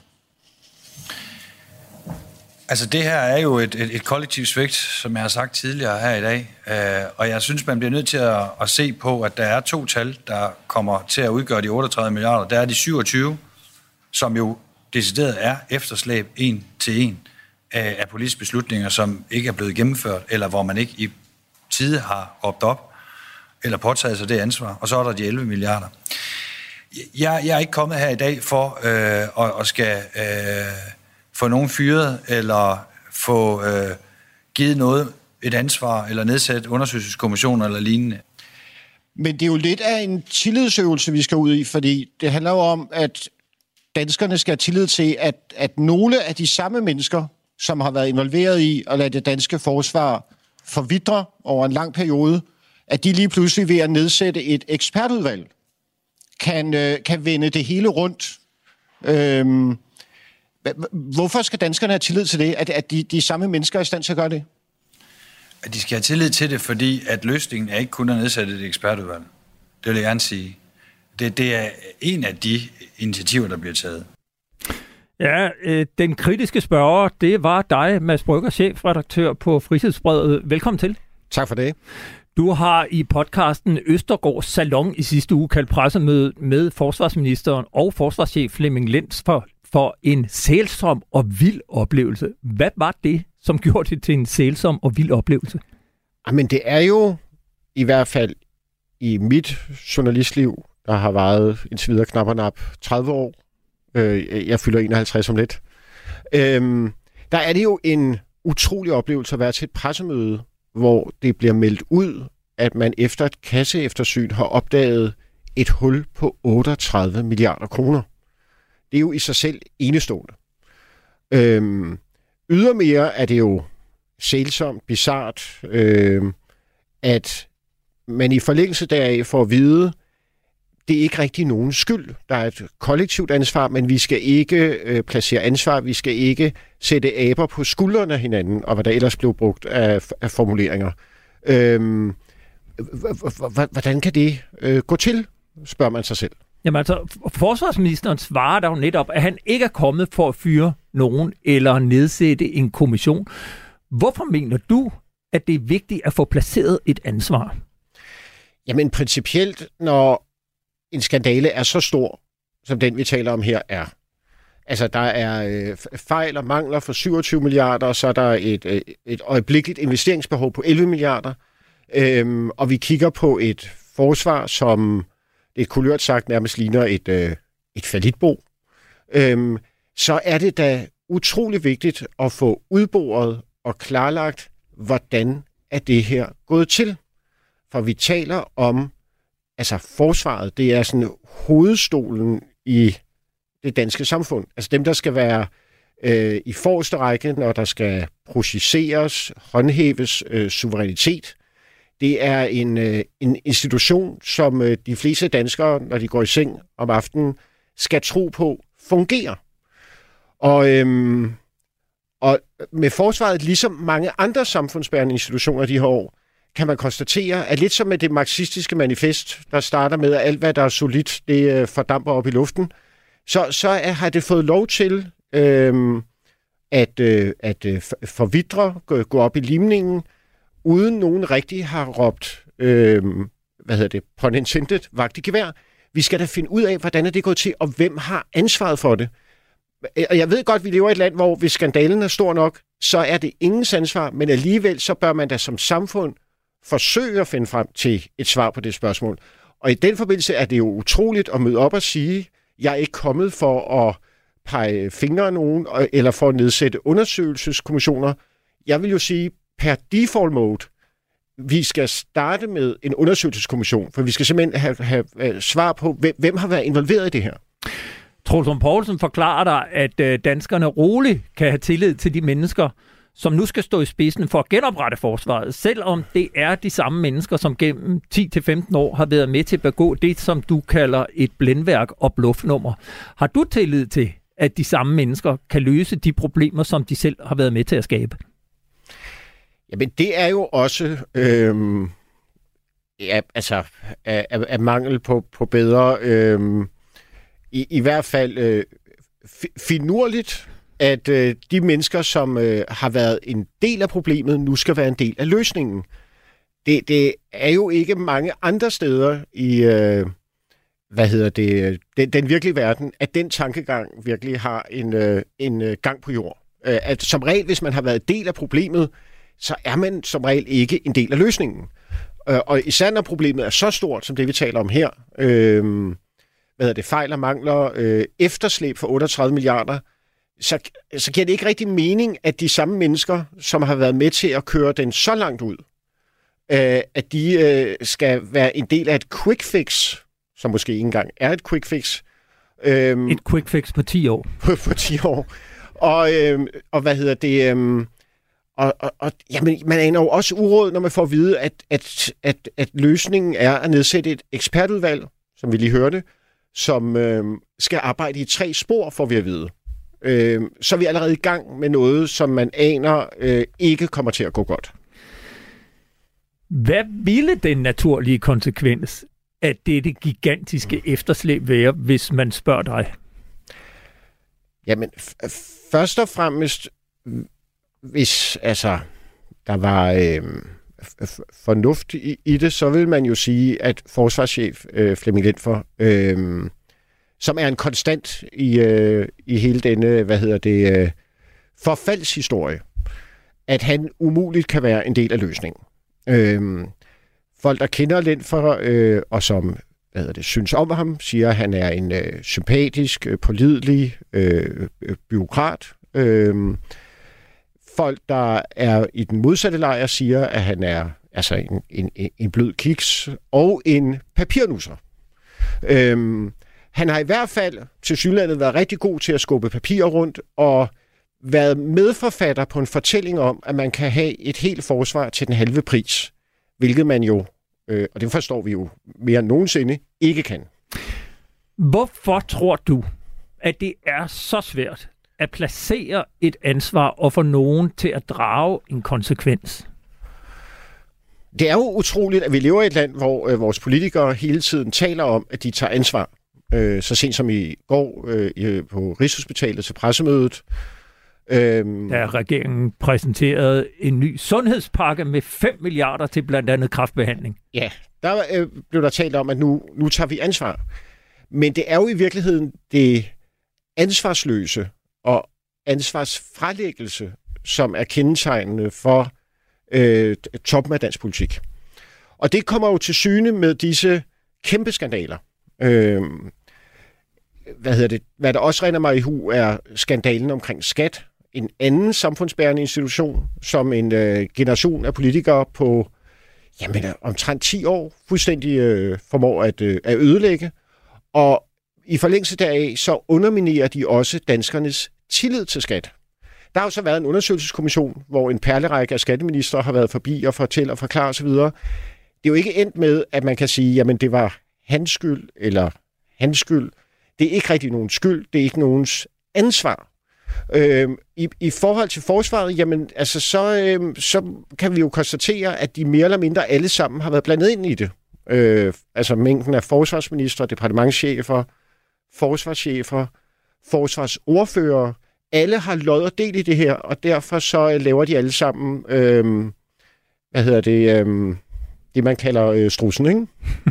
Altså det her er jo et kollektivt svigt, som jeg har sagt tidligere her i dag. Og jeg synes, man bliver nødt til at se på, at der er 2 tal, der kommer til at udgøre de 38 milliarder. Der er de 27, som jo decideret er efterslæb 1 til 1 af politiske beslutninger, som ikke er blevet gennemført, eller hvor man ikke i tide har råbt op, eller påtaget sig det ansvar. Og så er der de 11 milliarder. Jeg er ikke kommet her i dag for at skal få nogen fyret, eller få givet et ansvar, eller nedsat undersøgelseskommissioner eller lignende. Men det er jo lidt af en tillidsøvelse, vi skal ud i, fordi det handler jo om, at danskerne skal have tillid til, at nogle af de samme mennesker, som har været involveret i at lade det danske forsvar forvidre over en lang periode, at de lige pludselig ved at nedsætte et ekspertudvalg, kan vende det hele rundt. Hvorfor skal danskerne have tillid til det, at de samme mennesker er i stand til at gøre det? At de skal have tillid til det, fordi at løsningen er ikke kun at nedsætte et ekspertudvalg. Det vil jeg gerne sige. Det er en af de initiativer, der bliver taget. Ja, den kritiske spørger, det var dig, Mads Brügger, chefredaktør på Frihedsbrevet. Velkommen til. Tak for det. Du har i podcasten Østergaards Salon i sidste uge kaldt pressemøde med forsvarsministeren og forsvarschef Flemming Lenz for en sælsom og vild oplevelse. Hvad var det, som gjorde det til en sælsom og vild oplevelse? Men det er jo i hvert fald i mit journalistliv, der har varet indtil videre knap og nap 30 år. Jeg fylder 51 om lidt. Der er det jo en utrolig oplevelse at være til et pressemøde, hvor det bliver meldt ud, at man efter et kasseeftersyn har opdaget et hul på 38 milliarder kroner. Det er jo i sig selv enestående. Ydermere er det jo sælsomt, bizart, at man i forlængelse deraf får at vide, det er ikke rigtig nogen skyld. Der er et kollektivt ansvar, men vi skal ikke placere ansvar. Vi skal ikke sætte aber på skuldrene af hinanden, og hvad der ellers blev brugt af formuleringer. Hvordan kan det gå til, spørger man sig selv. Jamen altså, forsvarsministeren svarer der jo netop, at han ikke er kommet for at fyre nogen eller nedsætte en kommission. Hvorfor mener du, at det er vigtigt at få placeret et ansvar? Jamen principielt, når en skandale er så stor, som den vi taler om her, er. Altså, der er fejl og mangler for 27 milliarder, og så er der et øjeblikkeligt investeringsbehov på 11 milliarder. Og vi kigger på et forsvar, som et kulørt sagt nærmest ligner et fallitbo. Så er det da utrolig vigtigt at få udboret og klarlagt, hvordan er det her gået til. For vi taler om, altså forsvaret, det er sådan hovedstolen i det danske samfund. Altså dem, der skal være i forreste række, når der skal processeres, håndhæves suverænitet. Det er en institution, som de fleste danskere, når de går i seng om aftenen, skal tro på fungerer. Og med forsvaret, ligesom mange andre samfundsbærende institutioner de her år, kan man konstatere, at lidt som med det marxistiske manifest, der starter med, at alt, hvad der er solidt, det fordamper op i luften, så har det fået lov til at forvidre, gå op i limningen, uden nogen rigtig har råbt, pun intended, vagt i gevær. Vi skal da finde ud af, hvordan er det gået til, og hvem har ansvaret for det. Og jeg ved godt, vi lever i et land, hvor hvis skandalen er stor nok, så er det ingens ansvar, men alligevel så bør man da som samfund forsøge at finde frem til et svar på det spørgsmål. Og i den forbindelse er det jo utroligt at møde op og sige, jeg er ikke kommet for at pege fingre af nogen, eller for at nedsætte undersøgelseskommissioner. Jeg vil jo sige, per default mode, vi skal starte med en undersøgelseskommission, for vi skal simpelthen have svar på, hvem har været involveret i det her. Troels Lund Poulsen forklarer dig, at danskerne roligt kan have tillid til de mennesker, som nu skal stå i spidsen for at genoprette forsvaret, selvom det er de samme mennesker, som gennem 10-15 år har været med til at begå det, som du kalder et blændværk og bluffnummer. Har du tillid til, at de samme mennesker kan løse de problemer, som de selv har været med til at skabe? Jamen, det er jo også af mangel på bedre, i hvert fald finurligt, at de mennesker, som har været en del af problemet, nu skal være en del af løsningen. Det er jo ikke mange andre steder i den virkelige verden, at den tankegang virkelig har en gang på jord. At som regel, hvis man har været del af problemet, så er man som regel ikke en del af løsningen. Og især når problemet er så stort, som det vi taler om her, fejl og mangler, efterslæb for 38 milliarder, så giver det ikke rigtig mening, at de samme mennesker, som har været med til at køre den så langt ud, at de skal være en del af et quick fix, som måske ikke engang er et quick fix. Et quick fix på 10 år. På 10 år. Og jamen, man aner jo også uråd, når man får at vide, at løsningen er at nedsætte et ekspertudvalg, som vi lige hørte, som skal arbejde i 3 spor, får vi at vide. Så er vi allerede i gang med noget, som man aner ikke kommer til at gå godt. Hvad ville den naturlige konsekvens af dette gigantiske efterslæb være, hvis man spørger dig? Jamen, først og fremmest, hvis der var fornuft i det, så vil man jo sige, at forsvarschef Flemming Lindfer, som er en konstant i hele denne, forfaldshistorie, at han umuligt kan være en del af løsningen. Folk, der kender Lindfer, og som synes om ham, siger, at han er en sympatisk, pålidelig bureaukrat. Folk, der er i den modsatte lejr, siger, at han er en blød kiks og en papirnusser. Han har i hvert fald til synligheden været rigtig god til at skubbe papirer rundt og været medforfatter på en fortælling om, at man kan have et helt forsvar til den halve pris, hvilket man jo, og det forstår vi jo mere end nogensinde, ikke kan. Hvorfor tror du, at det er så svært at placere et ansvar og få nogen til at drage en konsekvens? Det er jo utroligt, at vi lever i et land, hvor vores politikere hele tiden taler om, at de tager ansvar. Så sent som i går på Rigshospitalet til pressemødet. Da regeringen præsenterede en ny sundhedspakke med 5 milliarder til blandt andet kræftbehandling. Ja, der blev der talt om, at nu tager vi ansvar. Men det er jo i virkeligheden det ansvarsløse og ansvarsfralæggelse, som er kendetegnende for toppen af dansk politik. Og det kommer jo til syne med disse kæmpe skandaler. Hvad der også render mig i hu, er skandalen omkring skat. En anden samfundsbærende institution, som en generation af politikere på omtrent 10 år fuldstændig formår at ødelægge. Og i forlængelse deraf, så underminerer de også danskernes tillid til skat. Der har jo så været en undersøgelseskommission, hvor en perlerække af skatteministre har været forbi og fortælle og forklare osv. Det er jo ikke endt med, at man kan sige, jamen det var hans skyld eller hans skyld. Det er ikke rigtig nogen skyld, det er ikke nogens ansvar. I forhold til forsvaret, jamen altså så kan vi jo konstatere, at de mere eller mindre alle sammen har været blandet ind i det. Altså mængden af forsvarsministre, departementschefer, forsvarschefer, forsvarsordfører, alle har lod og del i det her, og derfor så laver de alle sammen, det man kalder strudsen, ikke?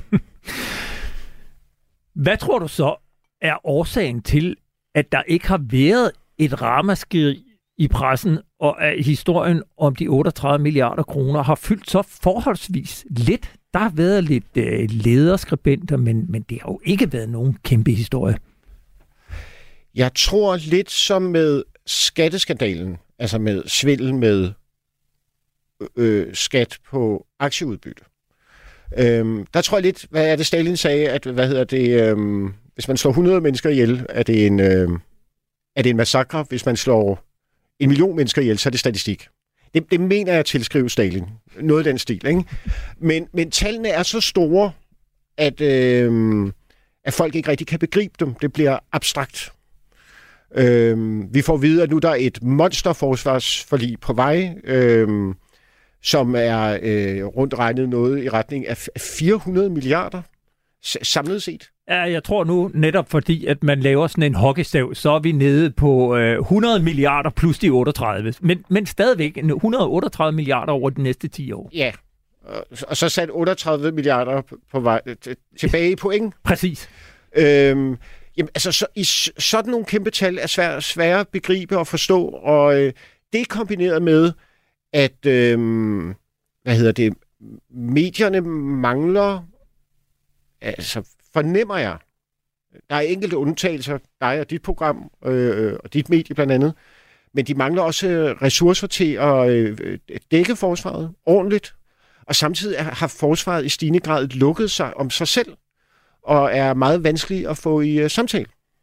Hvad tror du så er årsagen til, at der ikke har været et ramaskrig i pressen, og at historien om de 38 milliarder kroner har fyldt så forholdsvis lidt? Der har været lidt lederskribenter, men det har jo ikke været nogen kæmpe historie. Jeg tror lidt som med skatteskandalen, altså med svindel med skat på aktieudbytte. Der tror jeg lidt, hvad er det Stalin sagde, at hvis man slår 100 mennesker ihjel, er det en massakre. Hvis man slår 1 million mennesker ihjel, så er det statistik. Det mener jeg tilskrive Stalin. Noget af den stil, ikke? Men tallene er så store, at folk ikke rigtig kan begribe dem. Det bliver abstrakt. Vi får at vide, at nu der er et monsterforsvarsforlig på vej, som er rundt regnet noget i retning af 400 milliarder samlet set. Ja, jeg tror nu netop fordi, at man laver sådan en hockeystav, så er vi nede på 100 milliarder plus de 38. Men stadigvæk 138 milliarder over de næste 10 år. Ja, og så sat 38 milliarder på vej tilbage i point. Præcis. Jamen, altså, sådan nogle kæmpe tal er svære at begribe og forstå, og det er kombineret med, at medierne mangler, altså fornemmer jeg, der er enkelte undtagelser, dig og dit program, og dit medie blandt andet, men de mangler også ressourcer til at dække forsvaret ordentligt, og samtidig har forsvaret i stigende grad lukket sig om sig selv, og er meget vanskelig at få i samtale.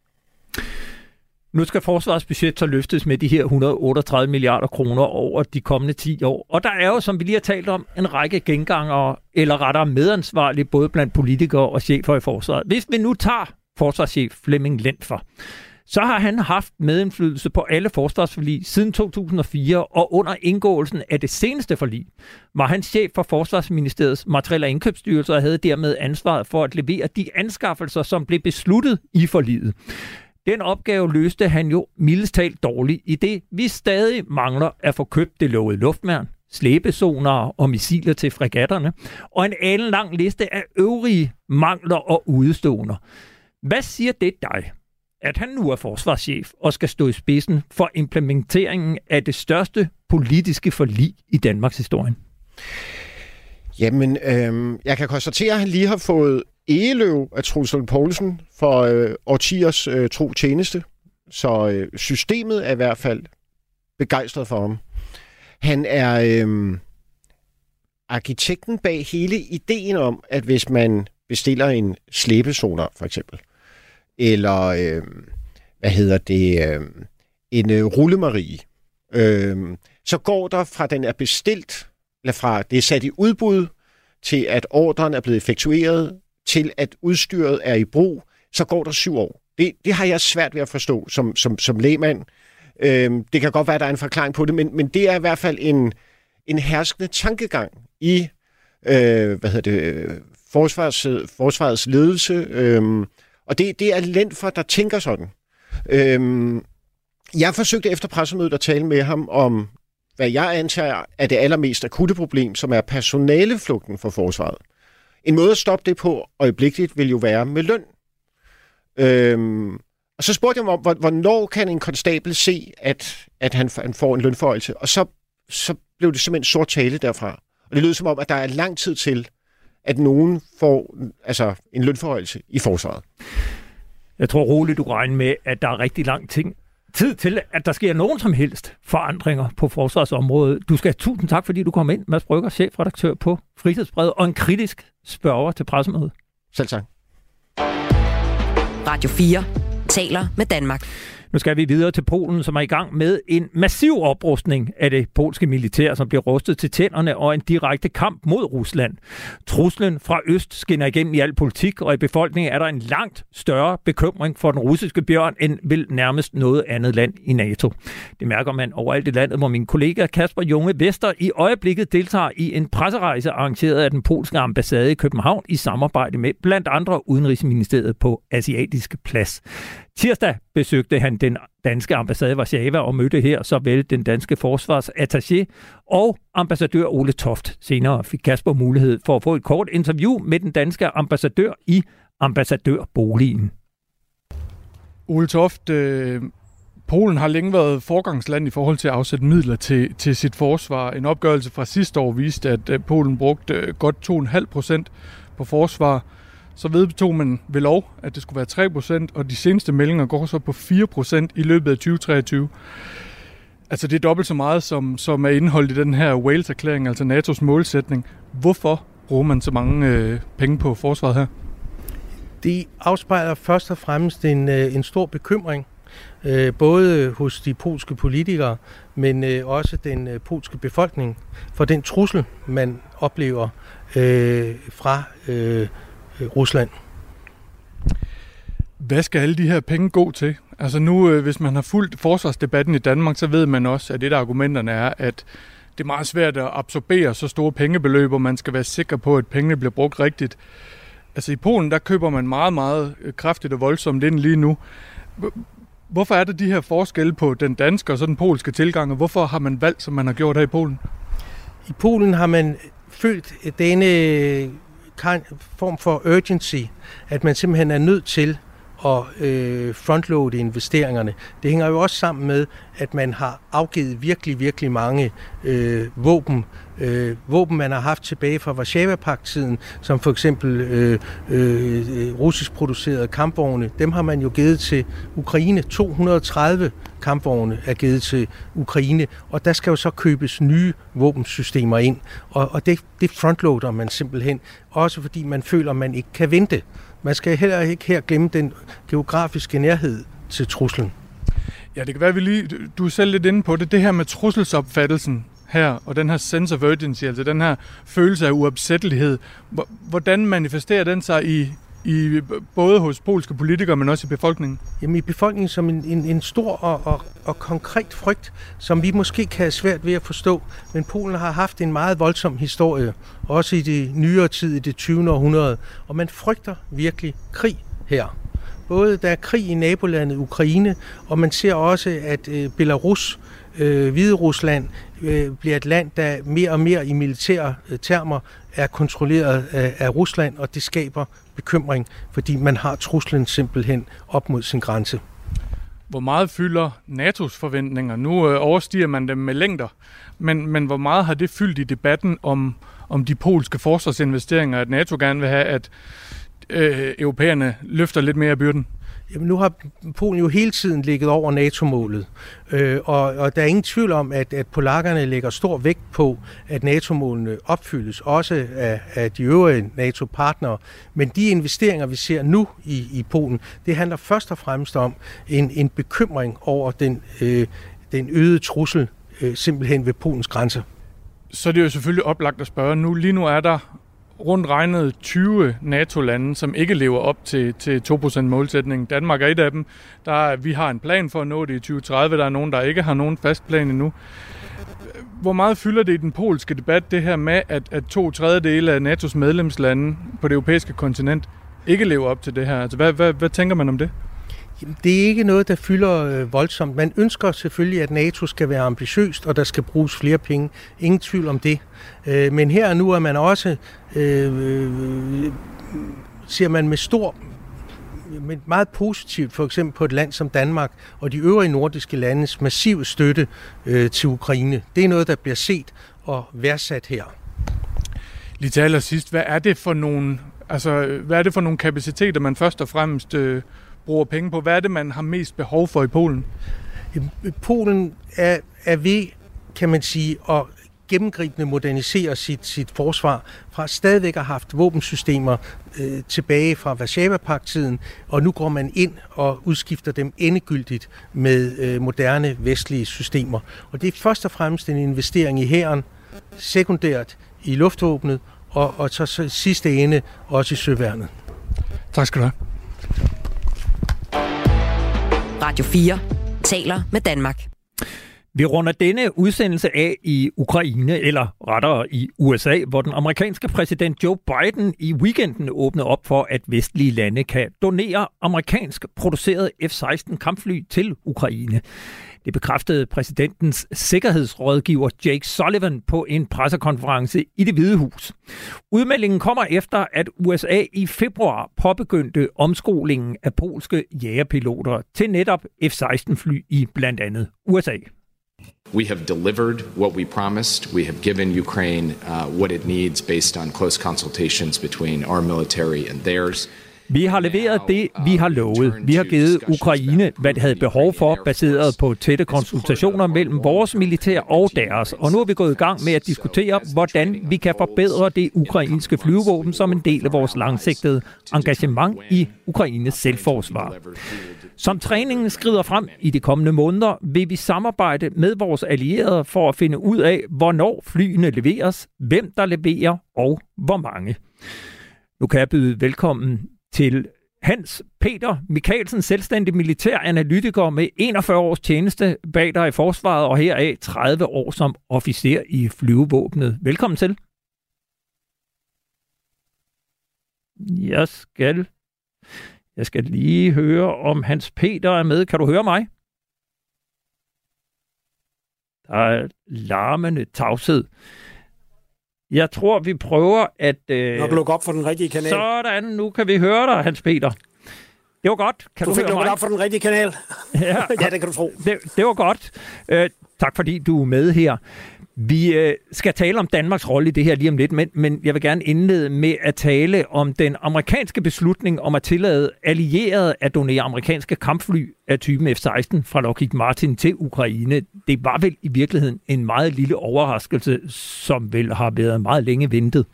Nu skal forsvarsbudget så løftes med de her 138 milliarder kroner over de kommende 10 år. Og der er jo, som vi lige har talt om, en række gengangere, eller rettere medansvarlige, både blandt politikere og chefer i forsvaret. Hvis vi nu tager forsvarschef Flemming Lentfer, så har han haft medindflydelse på alle forsvarsforlig siden 2004, og under indgåelsen af det seneste forlig var han chef for Forsvarsministeriets Materiel- og Indkøbsstyrelse og havde dermed ansvaret for at levere de anskaffelser, som blev besluttet i forliget. Den opgave løste han jo mildest talt dårligt, i det vi stadig mangler at få købt det lovede luftværn, slæbesonar og missiler til fregatterne, og en alenlang liste af øvrige mangler og udeståender. Hvad siger det dig, at han nu er forsvarschef og skal stå i spidsen for implementeringen af det største politiske forlig i Danmarks historie? Jamen, jeg kan konstatere, at han lige har fået egeløv af Troels Lund Poulsen for årtiers tro tjeneste. Så systemet er i hvert fald begejstret for ham. Han er arkitekten bag hele ideen om, at hvis man bestiller en slæbesonar, for eksempel, eller en rullemarie, så går der fra den er bestilt, eller fra det er sat i udbud, til at ordren er blevet effektueret, til at udstyret er i brug, så går der 7 år. Det har jeg svært ved at forstå som lægmand. Det kan godt være, at der er en forklaring på det, men det er i hvert fald en herskende tankegang i forsvarets ledelse. Og det er Lentfer, der tænker sådan. Jeg forsøgte efter pressemødet at tale med ham om, hvad jeg antager er det allermest akutte problem, som er personaleflugten for forsvaret. En måde at stoppe det på øjeblikkeligt vil jo være med løn. Og så spurgte jeg mig om, hvornår kan en konstabel se, at han får en lønforhøjelse? Og så blev det simpelthen sort tale derfra. Og det lød som om, at der er lang tid til, at nogen får en lønforhøjelse i forsvaret. Jeg tror roligt, du regner med, at der er rigtig lang tid til, at der sker nogen som helst forandringer på forsvarsområdet. Du skal have tusind tak, fordi du kom ind, Mads Brügger, chefredaktør på Frihedsbrevet, og en kritisk spørger til pressemødet. Selv tak. Radio 4 taler med Danmark. Nu skal vi videre til Polen, som er i gang med en massiv oprustning af det polske militær, som bliver rustet til tænderne, og en direkte kamp mod Rusland. Truslen fra øst skinner igennem i al politik, og i befolkningen er der en langt større bekymring for den russiske bjørn, end vel nærmest noget andet land i NATO. Det mærker man overalt i landet, hvor min kollega Kasper Junge Vester i øjeblikket deltager i en presserejse arrangeret af den polske ambassade i København i samarbejde med blandt andre Udenrigsministeriet på Asiatisk Plads. Tirsdag besøgte han den danske ambassade i Warszawa og mødte her såvel den danske forsvarsattaché og ambassadør Ole Toft. Senere fik Kasper mulighed for at få et kort interview med den danske ambassadør i ambassadørboligen. Ole Toft, Polen har længe været forgangsland i forhold til at afsætte midler til sit forsvar. En opgørelse fra sidste år viste, at Polen brugte godt 2,5% på forsvar. Så vedtog man ved lov, at det skulle være 3%, og de seneste meldinger går så på 4% i løbet af 2023. Altså det er dobbelt så meget, som er indeholdt i den her Wales-erklæring, altså NATO's målsætning. Hvorfor bruger man så mange penge på forsvaret her? Det afspejler først og fremmest en stor bekymring, både hos de polske politikere, men også den polske befolkning, for den trussel, man oplever fra Rusland. Hvad skal alle de her penge gå til? Altså nu, hvis man har fulgt forsvarsdebatten i Danmark, så ved man også, at et af argumenterne er, at det er meget svært at absorbere så store pengebeløb, og man skal være sikker på, at pengene bliver brugt rigtigt. Altså i Polen, der køber man meget, meget kraftigt og voldsomt ind lige nu. Hvorfor er der de her forskelle på den danske og så den polske tilgang, og hvorfor har man valgt, som man har gjort her i Polen? I Polen har man følt denne form for urgency, at man simpelthen er nødt til at frontloade investeringerne. Det hænger jo også sammen med, at man har afgivet virkelig, virkelig mange våben. Våben, man har haft tilbage fra Warszawa-pagt-tiden, som for eksempel russisk producerede kampvogne. Dem har man jo givet til Ukraine. 230 kampvogne er givet til Ukraine, og der skal jo så købes nye våbensystemer ind. Og det frontloader man simpelthen, også fordi man føler, at man ikke kan vente. Man skal heller ikke her glemme den geografiske nærhed til truslen. Ja, det kan være, du er selv lidt inde på det. Det her med trusselsopfattelsen her, og den her sense of urgency, altså den her følelse af uopsættelighed. Hvordan manifesterer den sig i både hos polske politikere, men også i befolkningen? Jamen i befolkningen som en stor og konkret frygt, som vi måske kan have svært ved at forstå. Men Polen har haft en meget voldsom historie, også i det nyere tid, i det 20. århundrede. Og man frygter virkelig krig her. Både der er krig i nabolandet Ukraine, og man ser også, at Belarus, Hviderusland, bliver et land, der mere og mere i militære termer er kontrolleret af Rusland, og det skaber bekymring, fordi man har truslen simpelthen op mod sin grænse. Hvor meget fylder NATO's forventninger? Nu overstiger man dem med længder, men hvor meget har det fyldt i debatten om de polske forsvarsinvesteringer, at NATO gerne vil have, at europæerne løfter lidt mere af byrden? Jamen, nu har Polen jo hele tiden ligget over NATO-målet, og der er ingen tvivl om, at polakkerne lægger stor vægt på, at NATO-målene opfyldes, også af de øvrige NATO-partnere. Men de investeringer, vi ser nu i Polen, det handler først og fremmest om en bekymring over den øgede trussel simpelthen ved Polens grænser. Så det er jo selvfølgelig oplagt at spørge nu. Lige nu er der rundt regnet 20 NATO-lande, som ikke lever op til 2%-målsætningen. Danmark er et af dem. Vi har en plan for at nå det i 2030. Der er nogen, der ikke har nogen fast plan endnu. Hvor meget fylder det i den polske debat, det her med, at 2/3 af NATO's medlemslande på det europæiske kontinent ikke lever op til det her? Altså, hvad tænker man om det? Det er ikke noget, der fylder voldsomt. Man ønsker selvfølgelig, at NATO skal være ambitiøst, og der skal bruges flere penge. Ingen tvivl om det. Men her og nu er man også, ser man med stor men meget positivt, for eksempel på et land som Danmark og de øvrige nordiske landes massive støtte til Ukraine. Det er noget, der bliver set og værdsat her. Lige til allersidst, hvad er det for nogle kapaciteter, man først og fremmest bruger penge på? Hvad er det, man har mest behov for i Polen? Polen er ved, kan man sige, at gennemgribende modernisere sit forsvar fra stadigvæk har haft våbensystemer tilbage fra Warszawa-pagttiden, og nu går man ind og udskifter dem endegyldigt med moderne vestlige systemer. Og det er først og fremmest en investering i hæren, sekundært i luftvåbnet, og så sidste ende også i søværnet. Tak skal du have. Radio 4 taler med Danmark. Vi runder denne udsendelse af i Ukraine, eller rettere i USA, hvor den amerikanske præsident Joe Biden i weekenden åbnede op for, at vestlige lande kan donere amerikansk produceret F-16 kampfly til Ukraine. Det bekræftede præsidentens sikkerhedsrådgiver Jake Sullivan på en pressekonference i Det Hvide Hus. Udmeldingen kommer efter, at USA i februar påbegyndte omskolingen af polske jagerpiloter til netop F-16-fly i blandt andet USA. We have delivered what we promised. We have given Ukraine what it needs based on close consultations between our military and theirs. Vi har leveret det, vi har lovet. Vi har givet Ukraine, hvad de havde behov for, baseret på tætte konsultationer mellem vores militær og deres. Og nu er vi gået i gang med at diskutere, hvordan vi kan forbedre det ukrainske flyvevåben som en del af vores langsigtede engagement i Ukraines selvforsvar. Som træningen skrider frem i de kommende måneder, vil vi samarbejde med vores allierede for at finde ud af, hvornår flyene leveres, hvem der leverer og hvor mange. Nu kan jeg byde velkommen til Hans Peter Michaelsen, selvstændig militæranalytiker med 41 års tjeneste bag dig i forsvaret og heraf 30 år som officer i flyvevåbnet. Velkommen til. Jeg skal lige høre, om Hans Peter er med. Kan du høre mig? Der er larmende tavshed. Jeg tror, vi prøver at... Nok lukke op for den rigtige kanal. Sådan, nu kan vi høre dig, Hans Peter. Det var godt. Kan du fik lukket op for den rigtige kanal? Ja, ja, det kan du tro. Det var godt. Tak fordi du er med her. Vi skal tale om Danmarks rolle i det her lige om lidt, men jeg vil gerne indlede med at tale om den amerikanske beslutning om at tillade allierede at donere amerikanske kampfly af typen F-16 fra Lockheed Martin til Ukraine. Det var vel i virkeligheden en meget lille overraskelse, som vel har været meget længe ventet.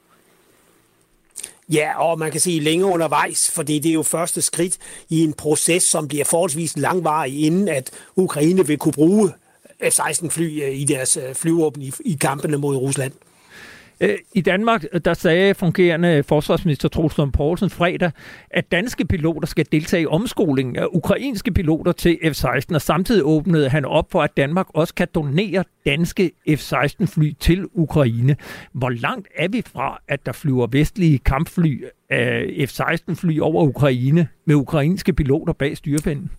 Ja, og man kan sige længe undervejs, fordi det er jo første skridt i en proces, som bliver forholdsvis langvarig, inden at Ukraine vil kunne bruge F-16-fly i deres flyvåben i kampene mod Rusland. I Danmark, der sagde fungerende forsvarsminister Troels Lund Poulsen fredag, at danske piloter skal deltage i omskolingen af ukrainske piloter til F-16, og samtidig åbnede han op for, at Danmark også kan donere danske F-16-fly til Ukraine. Hvor langt er vi fra, at der flyver vestlige kampfly af F-16-fly over Ukraine med ukrainske piloter bag styrepinden?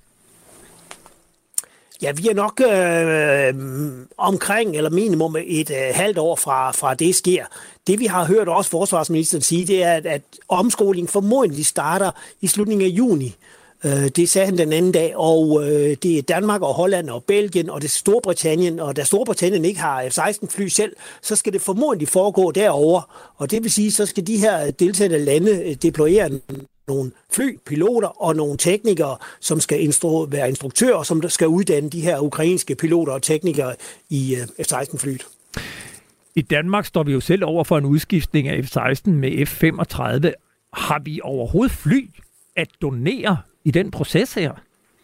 Ja, vi er nok omkring, eller minimum et halvt år fra det sker. Det vi har hørt også forsvarsministeren sige, det er, at omskolingen formodentlig starter i slutningen af juni. Det sagde han den anden dag, og det er Danmark og Holland og Belgien og det Storbritannien, og da Storbritannien ikke har F-16-fly selv, så skal det formodentlig foregå derovre, og det vil sige, så skal de her deltagende lande deployere nogle fly, piloter og nogle teknikere, som skal være instruktører, som skal uddanne de her ukrainske piloter og teknikere i F-16-flyet. I Danmark står vi jo selv over for en udskiftning af F-16 med F-35. Har vi overhovedet fly at donere i den proces her?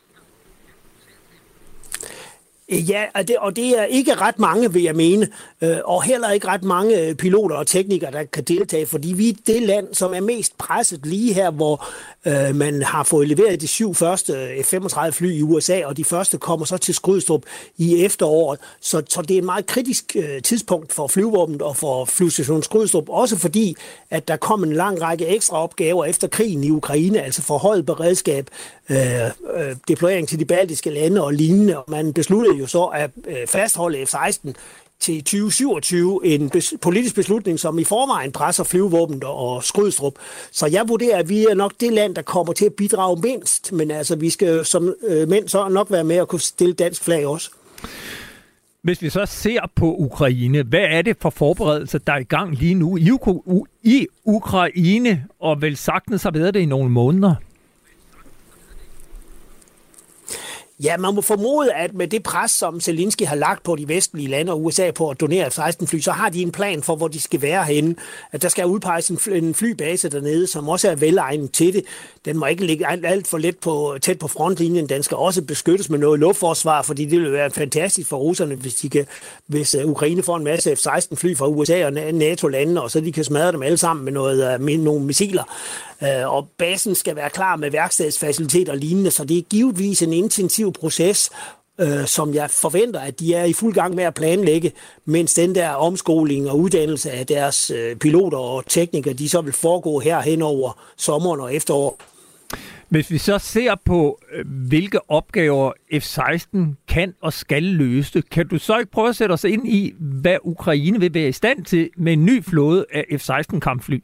Ja, og det er ikke ret mange, vil jeg mene, og heller ikke ret mange piloter og teknikere, der kan deltage, fordi vi er det land, som er mest presset lige her, hvor man har fået leveret de 7 første F-35 fly i USA, og de første kommer så til Skrydstrup i efteråret, så det er et meget kritisk tidspunkt for flyvevåbnet og for flyvestationen Skrydstrup, også fordi, at der kom en lang række ekstra opgaver efter krigen i Ukraine, altså forhøjet beredskab, deployering til de baltiske lande og lignende, og man besluttede jo så at fastholde F-16 til 2027, en politisk beslutning, som i forvejen presser flyvevåbnet og Skrydstrup. Så jeg vurderer, at vi er nok det land, der kommer til at bidrage mindst, men altså, vi skal som mænd så nok være med at kunne stille dansk flag også. Hvis vi så ser på Ukraine, hvad er det for forberedelser, der er i gang lige nu i Ukraine, og vel sagtens har været det i nogle måneder? Ja, man må formode, at med det pres, som Zelensky har lagt på de vestlige lande og USA på at donere F-16-fly, så har de en plan for, hvor de skal være henne. At der skal udpeges en flybase dernede, som også er velegnet til det. Den må ikke ligge alt for tæt på frontlinjen. Den skal også beskyttes med noget luftforsvar, fordi det vil være fantastisk for russerne, hvis Ukraine får en masse F-16-fly fra USA og NATO-landene, og så de kan smadre dem alle sammen med nogle missiler. Og basen skal være klar med værkstedsfaciliteter og lignende, så det er givetvis en intensiv proces, som jeg forventer, at de er i fuld gang med at planlægge, mens den der omskoling og uddannelse af deres piloter og teknikere, de så vil foregå her hen over sommeren og efterår. Hvis vi så ser på, hvilke opgaver F-16 kan og skal løse, kan du så ikke prøve at sætte os ind i, hvad Ukraine vil være i stand til med en ny flåde af F-16-kampfly?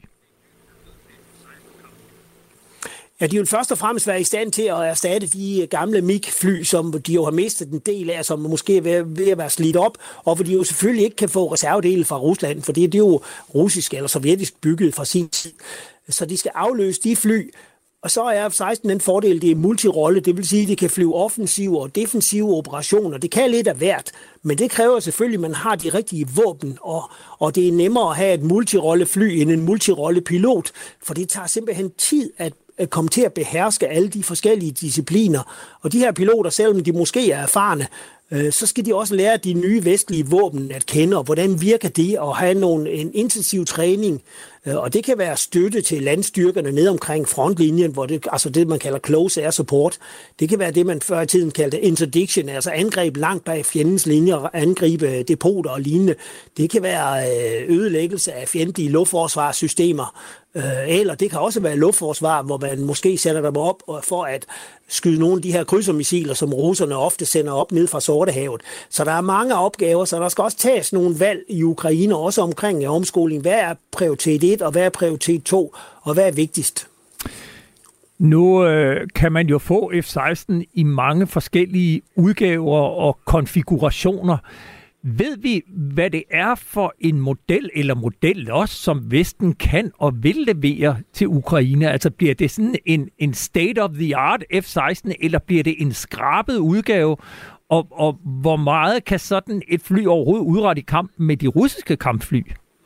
Ja, de vil først og fremmest være i stand til at erstatte de gamle MiG-fly, som de jo har mistet en del af, som måske er ved at være slidt op, og hvor de jo selvfølgelig ikke kan få reservedele fra Rusland, for det er jo russisk eller sovjetisk bygget fra sin tid. Så de skal afløse de fly, og så er F-16 den fordel, det er multirolle, det vil sige, at de kan flyve offensive og defensive operationer. Det kan lidt af hvert, men det kræver selvfølgelig, at man har de rigtige våben, og det er nemmere at have et multirolle fly end en multirolle pilot, for det tager simpelthen tid at komme til at beherske alle de forskellige discipliner. Og de her piloter, selvom de måske er erfarne, så skal de også lære de nye vestlige våben at kende, og hvordan virker det at have en intensiv træning. Og det kan være støtte til landstyrkerne ned omkring frontlinjen, hvor det man kalder close air support. Det kan være det, man før i tiden kaldte interdiction, altså angreb langt bag fjendens linjer, og angribe depoter og lignende. Det kan være ødelæggelse af fjendtlige luftforsvarssystemer, eller det kan også være luftforsvar, hvor man måske sætter dem op for at skyde nogle af de her krydsermissiler, som russerne ofte sender op ned fra Sortehavet. Så der er mange opgaver, så der skal også tages nogle valg i Ukraine, også omkring omskoling. Hvad er prioritet 1, og hvad er prioritet 2, og hvad er vigtigst? Nu kan man jo få F-16 i mange forskellige udgaver og konfigurationer. Ved vi, hvad det er for en model eller model også, som Vesten kan og vil levere til Ukraine? Altså bliver det sådan en state-of-the-art F-16, eller bliver det en skrabet udgave? Og hvor meget kan sådan et fly overhovedet udrette i kampen med de russiske kampfly?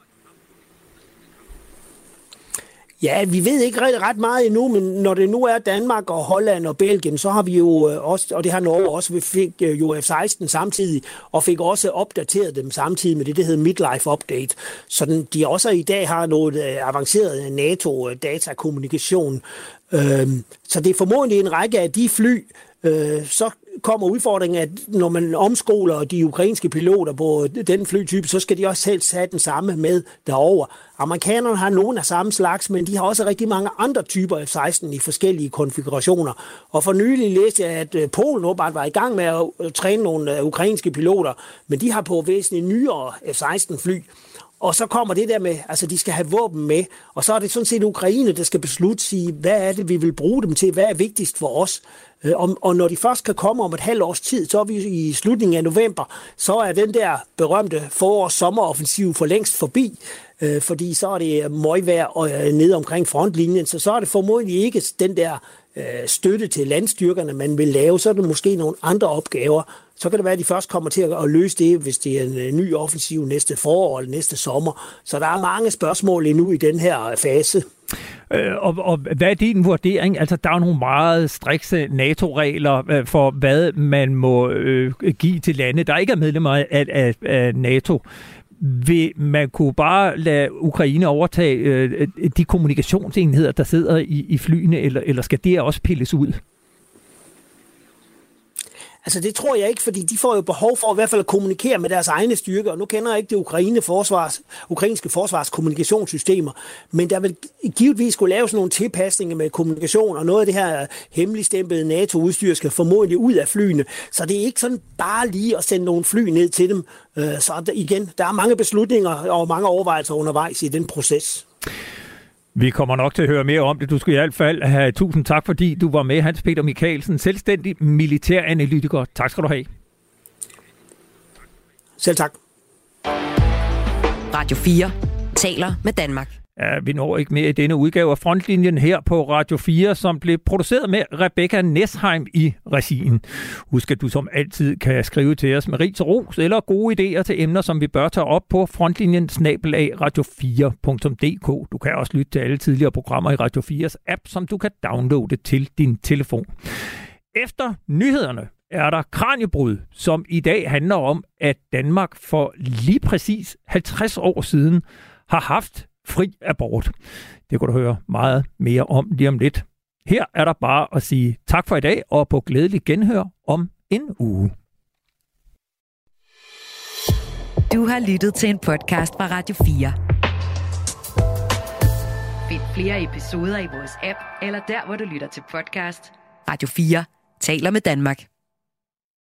Ja, vi ved ikke ret meget endnu, men når det nu er Danmark og Holland og Belgien, så har vi jo også, og det har Norge også, vi fik jo F-16 samtidig, og fik også opdateret dem samtidig med det hedder Midlife Update. Så de også i dag har noget avanceret NATO-datakommunikation. Så det er formodentlig en række af de fly, så kommer udfordringen, at når man omskoler de ukrainske piloter på den flytype, så skal de også selv have den samme med derover. Amerikanerne har nogle af samme slags, men de har også rigtig mange andre typer F-16 i forskellige konfigurationer. Og for nylig læste jeg, at Polen åbenbart var i gang med at træne nogle ukrainske piloter, men de har på væsentligt nyere F-16-fly. Og så kommer det der med, altså de skal have våben med, og så er det sådan set Ukraine, der skal beslutte sig, hvad er det, vi vil bruge dem til, hvad er vigtigst for os. Og når de først kan komme om et halvt års tid, så er vi i slutningen af november, så er den der berømte forårs-sommeroffensiv for længst forbi, fordi så er det møgvejr nede omkring frontlinjen, så er det formodentlig ikke den der støtte til landstyrkerne, man vil lave, så er det måske nogle andre opgaver. Så kan det være, at de først kommer til at løse det, hvis det er en ny offensiv næste forår eller næste sommer. Så der er mange spørgsmål endnu i den her fase. Og hvad er din vurdering? Altså, der er nogle meget strikse NATO-regler for, hvad man må give til lande, der ikke er medlemmer af NATO. Vil man kunne bare lade Ukraine overtage de kommunikationsenheder, der sidder i flyene, eller skal det også pilles ud? Altså det tror jeg ikke, fordi de får jo behov for i hvert fald at kommunikere med deres egne styrker, og nu kender jeg ikke det ukrainske forsvarskommunikationssystemer, men der vil givetvis skulle laves nogle tilpasninger med kommunikation, og noget af det her hemmeligstemplede NATO-udstyr skal formodentlig ud af flyene, så det er ikke sådan bare lige at sende nogle fly ned til dem. Så igen, der er mange beslutninger og mange overvejelser undervejs i den proces. Vi kommer nok til at høre mere om det. Du skal i hvert fald have tusind tak, fordi du var med, Hans Peter Michaelsen, selvstændig militæranalytiker. Tak skal du have. Selv tak. Radio 4 taler med Danmark. Ja, vi når ikke mere i denne udgave af Frontlinjen her på Radio 4, som blev produceret med Rebecca Nesheim i regien. Husk, at du som altid kan skrive til os med ris og ros eller gode idéer til emner, som vi bør tage op på frontlinjen@radio4.dk. Du kan også lytte til alle tidligere programmer i Radio 4's app, som du kan downloade til din telefon. Efter nyhederne er der Kraniebrud, som i dag handler om, at Danmark for lige præcis 50 år siden har haft fri abort. Det kan du høre meget mere om lige om lidt. Her er der bare at sige tak for i dag, og på glædelig genhør om en uge. Du har lyttet til en podcast fra Radio 4. Find flere episoder i vores app, eller der, hvor du lytter til podcast. Radio 4 taler med Danmark.